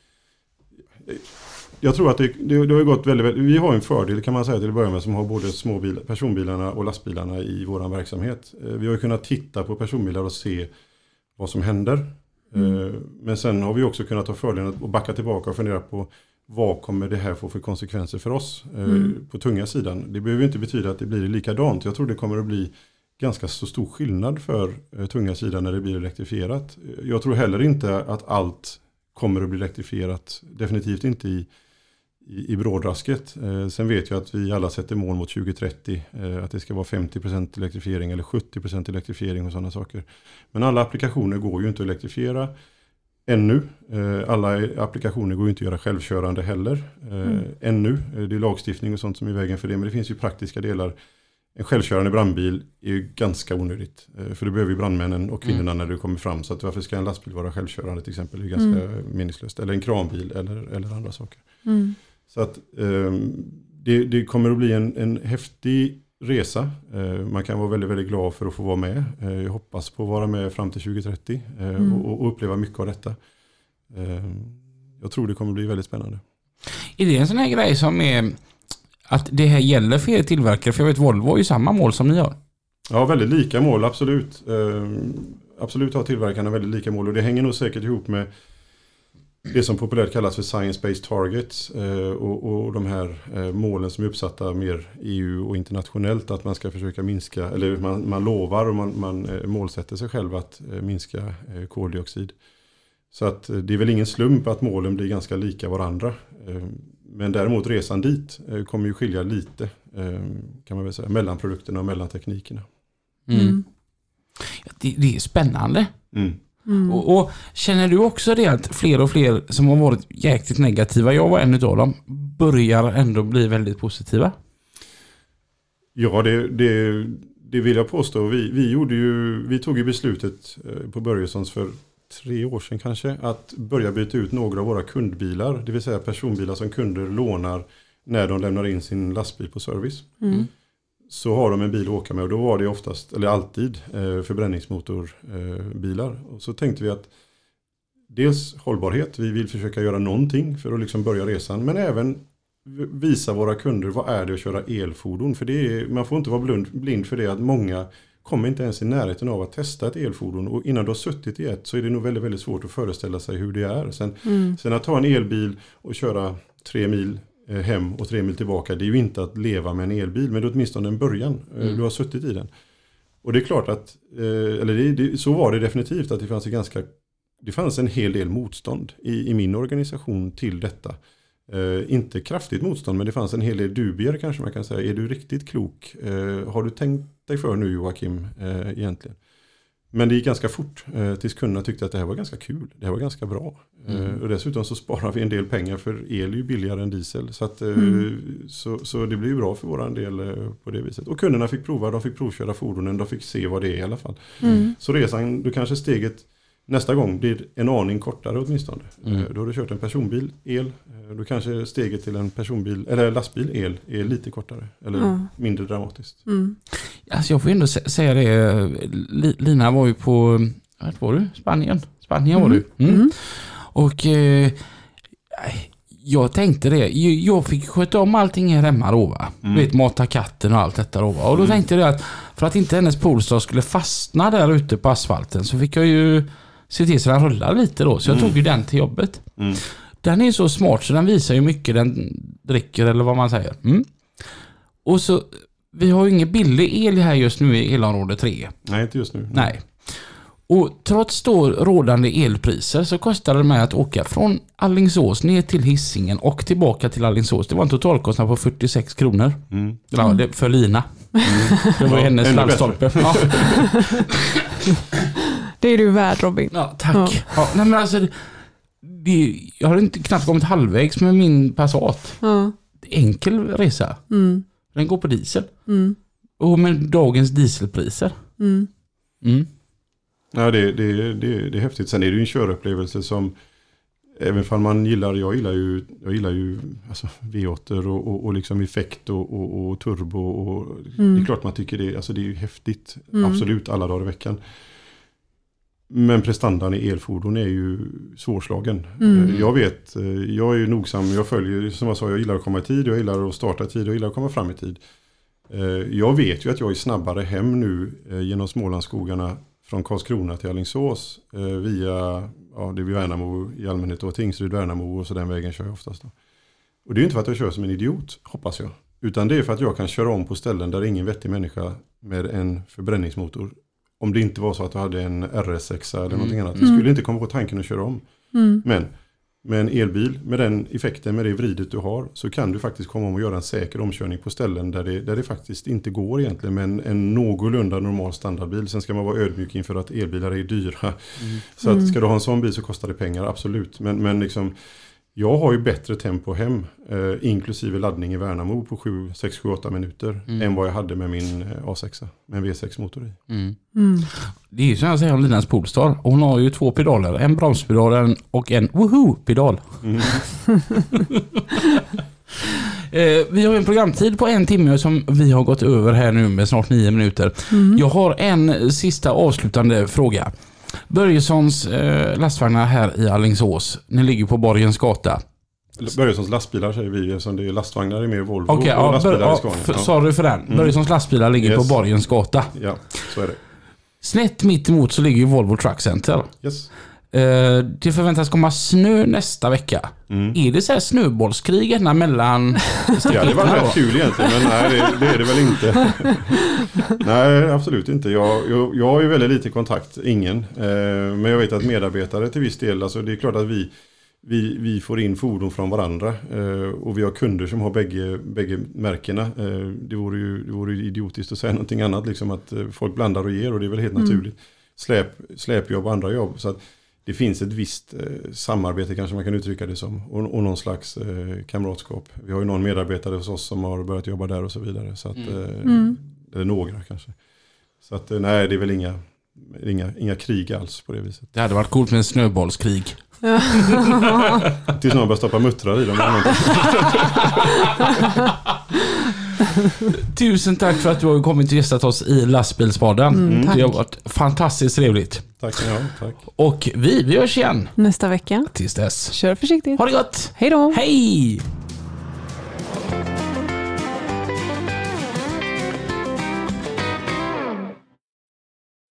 Jag tror att det, det, det har gått väldigt, väldigt... Vi har en fördel kan man säga till att börja med som har både småbil, personbilarna och lastbilarna i vår verksamhet. Eh, vi har ju kunnat titta på personbilar och se vad som händer. Mm. Eh, men sen har vi också kunnat ta fördelen att backa tillbaka och fundera på vad kommer det här få för konsekvenser för oss eh, Mm. på tunga sidan. Det behöver inte betyda att det blir likadant. Jag tror det kommer att bli ganska så stor skillnad för eh, tunga sidan när det blir elektrifierat. Jag tror heller inte att allt kommer att bli elektrifierat. Definitivt inte i, i, i brådrasket. Eh, sen vet jag att vi alla sätter mål mot tjugo trettio. Eh, att det ska vara femtio procent elektrifiering eller sjuttio procent elektrifiering och sådana saker. Men alla applikationer går ju inte att elektrifiera ännu. Eh, alla applikationer går ju inte att göra självkörande heller. Eh, Mm. Ännu. Eh, det är lagstiftning och sånt som är i vägen för det. Men det finns ju praktiska delar. En självkörande brandbil är ju ganska onödigt. Eh, för det behöver ju brandmännen och kvinnorna Mm. när det kommer fram. Så att varför ska en lastbil vara självkörande till exempel? Det är ganska Mm. meningslöst. Eller en kranbil eller, eller andra saker. Mm. Så att eh, det, det kommer att bli en, en häftig resa. Eh, man kan vara väldigt, väldigt glad för att få vara med. Eh, jag hoppas på att vara med fram till tjugo trettio eh, Mm. och, och uppleva mycket av detta. Eh, jag tror det kommer att bli väldigt spännande. Är det en sån här grej som är att det här gäller för er tillverkare? För jag vet Volvo har ju samma mål som ni har. Ja, väldigt lika mål, absolut. Eh, absolut har tillverkarna väldigt lika mål och det hänger nog säkert ihop med det som populärt kallas för science-based targets eh, och, och de här eh, målen som är uppsatta mer E U och internationellt att man ska försöka minska, eller man, man lovar och man, man eh, målsätter sig själv att eh, minska eh, koldioxid. Så att eh, det är väl ingen slump att målen blir ganska lika varandra. Men däremot resan dit kommer ju skilja lite, kan man väl säga, mellan produkterna och mellan teknikerna. Mm. Mm. Det, det är spännande. Mm. Mm. Och, och känner du också det att fler och fler som har varit jäkligt negativa, jag var en av dem, börjar ändå bli väldigt positiva? Ja, det, det, det vill jag påstå. Vi, vi, gjorde ju, vi tog ju beslutet på Börjessons för tre år sedan kanske att börja byta ut några av våra kundbilar, det vill säga personbilar som kunder lånar när de lämnar in sin lastbil på service. Mm. Så har de en bil att åka med och då var det oftast, eller alltid, eh, förbränningsmotorbilar. Eh, och så tänkte vi att dels hållbarhet, vi vill försöka göra någonting för att liksom börja resan, men även visa våra kunder vad är det att köra elfordon. För det är, man får inte vara blind, blind för det att många kommer inte ens i närheten av att testa ett elfordon. Och innan du har suttit i ett så är det nog väldigt, väldigt svårt att föreställa sig hur det är. Sen, mm. sen att ta en elbil och köra tre mil hem och tre mil tillbaka, det är ju inte att leva med en elbil, men det är åtminstone en början. Mm. Du har suttit i den. Och det är klart att, eller det, det, så var det definitivt att det fanns, ganska, det fanns en hel del motstånd i, i min organisation till detta. Uh, inte kraftigt motstånd, men det fanns en hel del dubier kanske man kan säga. Är du riktigt klok? Uh, har du tänkt dig för nu, Joakim, uh, egentligen? Men det gick ganska fort uh, tills kunderna tyckte att det här var ganska kul. Det här var ganska bra. Mm. Uh, och dessutom så sparar vi en del pengar, för el är ju billigare än diesel. Så, att, uh, mm. så, så det blir ju bra för våran del uh, på det viset. Och kunderna fick prova, de fick provköra fordonen, de fick se vad det är i alla fall. Mm. Så resan, då kanske steget nästa gång blir en aning kortare åtminstone. Mm. Då har du kört en personbil, el. Då kanske steget till en personbil eller lastbil, el, är lite kortare. Eller mm. mindre dramatiskt. Mm. Alltså jag får ändå säga det. Lina var ju på, vad var du? Spanien. Spanien mm. var du. Mm. Mm. Och eh, jag tänkte det. Jag fick sköta om allting här hemma då, va? Mm. Du vet, mata katten och allt detta då, va? Och då mm. tänkte jag att för att inte hennes Polestar skulle fastna där ute på asfalten så fick jag ju se till så den rullar lite då. Så jag mm. tog ju den till jobbet. Mm. Den är så smart så den visar ju mycket den dricker eller vad man säger. Mm. Och så, vi har ju ingen billig el här just nu i elområde tre. Nej, inte just nu. Nej. Och trots då rådande elpriser så kostade det mig att åka från Alingsås ner till Hisingen och tillbaka till Alingsås. Det var en totalkostnad på fyrtiosex kronor. Mm. Ja, det, för Lina. Mm. Det var ja, hennes landstolpe. Ja. Det är du värd, Robin. Ja, tack. Ja. Ja, nej, men alltså, det, jag har inte knappt kommit halvvägs med min Passat. Ja. Enkel resa. Mm. Den går på diesel. Mm. Och med dagens dieselpriser. Mm. Mm. Ja, det, det, det, det är häftigt. Sen är det ju en körupplevelse som, även om man gillar, jag gillar ju, jag gillar ju alltså V åtta och, och, och liksom effekt och, och, och turbo. Och, mm. Det är klart man tycker det, alltså det är ju häftigt. Mm. Absolut alla dagar i veckan. Men prestandan i elfordon är ju svårslagen. Mm. Jag vet, jag är ju nogsam, jag följer, som jag sa, jag gillar att komma i tid, jag gillar att starta i tid, jag gillar att komma fram i tid. Jag vet ju att jag är snabbare hem nu genom Smålandsskogarna från Karlskrona till Alingsås via, ja, det är Värnamo i allmänhet och Tingsryd, Värnamo och så den vägen kör jag oftast då. Och det är ju inte för att jag kör som en idiot, hoppas jag. Utan det är för att jag kan köra om på ställen där ingen vettig människa med en förbränningsmotor, om det inte var så att du hade en R S sex eller mm. någonting annat. Du skulle mm. inte komma på tanken att köra om. Mm. Men med en elbil, med den effekten, med det vridet du har, så kan du faktiskt komma om och göra en säker omkörning på ställen där det, där det faktiskt inte går egentligen med en, en någorlunda normal standardbil. Sen ska man vara ödmjuk inför att elbilar är dyra. Mm. Så att ska du ha en sån bil så kostar det pengar, absolut. Men, men liksom, jag har ju bättre tempo hem, eh, inklusive laddning i Värnamo på sju, sex, sju, åtta minuter mm. än vad jag hade med min A sex med en V sex-motor i. Mm. Mm. Det är ju som jag säger om Linas Polestar. Hon har ju två pedaler, en bromspedal och en woohoo-pedal. Mm. eh, vi har en programtid på en timme som vi har gått över här nu med snart nio minuter. Mm. Jag har en sista avslutande fråga. Börjessons eh, lastvagnar här i Alingsås. Ni ligger på Borgens gata. Börjessons lastbilar säger vi, eftersom det är lastvagnar är mer Volvo okay, och ja, lastbilar bör, i Skåne. Ja, sa du för den? Mm. Börjessons lastbilar ligger yes. på Borgens gata. Ja, så är det. Snett mitt emot så ligger ju Volvo Truck Center. Yes. Eh, det förväntas komma snö nästa vecka. Mm. Är det så här snöbollskrig ena mellan... Ja, det var rätt kul egentligen, men nej, det, det är det väl inte. Nej, absolut inte. Jag, jag, jag har ju väldigt lite kontakt, ingen. Eh, men jag vet att medarbetare till viss del, alltså det är klart att vi, vi, vi får in fordon från varandra eh, och vi har kunder som har bägge, bägge märkena. Eh, det, vore ju, det vore ju idiotiskt att säga någonting annat, liksom att eh, folk blandar och ger, och det är väl helt mm. naturligt. Släp, släpjobb och andra jobb. Så att det finns ett visst eh, samarbete, kanske man kan uttrycka det som, och, och någon slags eh, kamratskap. Vi har ju någon medarbetare hos oss som har börjat jobba där och så vidare. Så att, mm. Eh, mm. Eller några kanske. Så att eh, nej, det är väl inga, inga, inga krig alls på det viset. Det hade varit coolt med en snöbollskrig. Tills någon börjar stoppa muttrar i dem. Tusen tack för att du har kommit och gästat oss i Lastbilspodden. Mm, det har varit fantastiskt trevligt. Tack, ja, tack. Och vi, vi hörs igen nästa vecka. Tills dess. Kör försiktigt. Ha det gott. Hej då. Hej!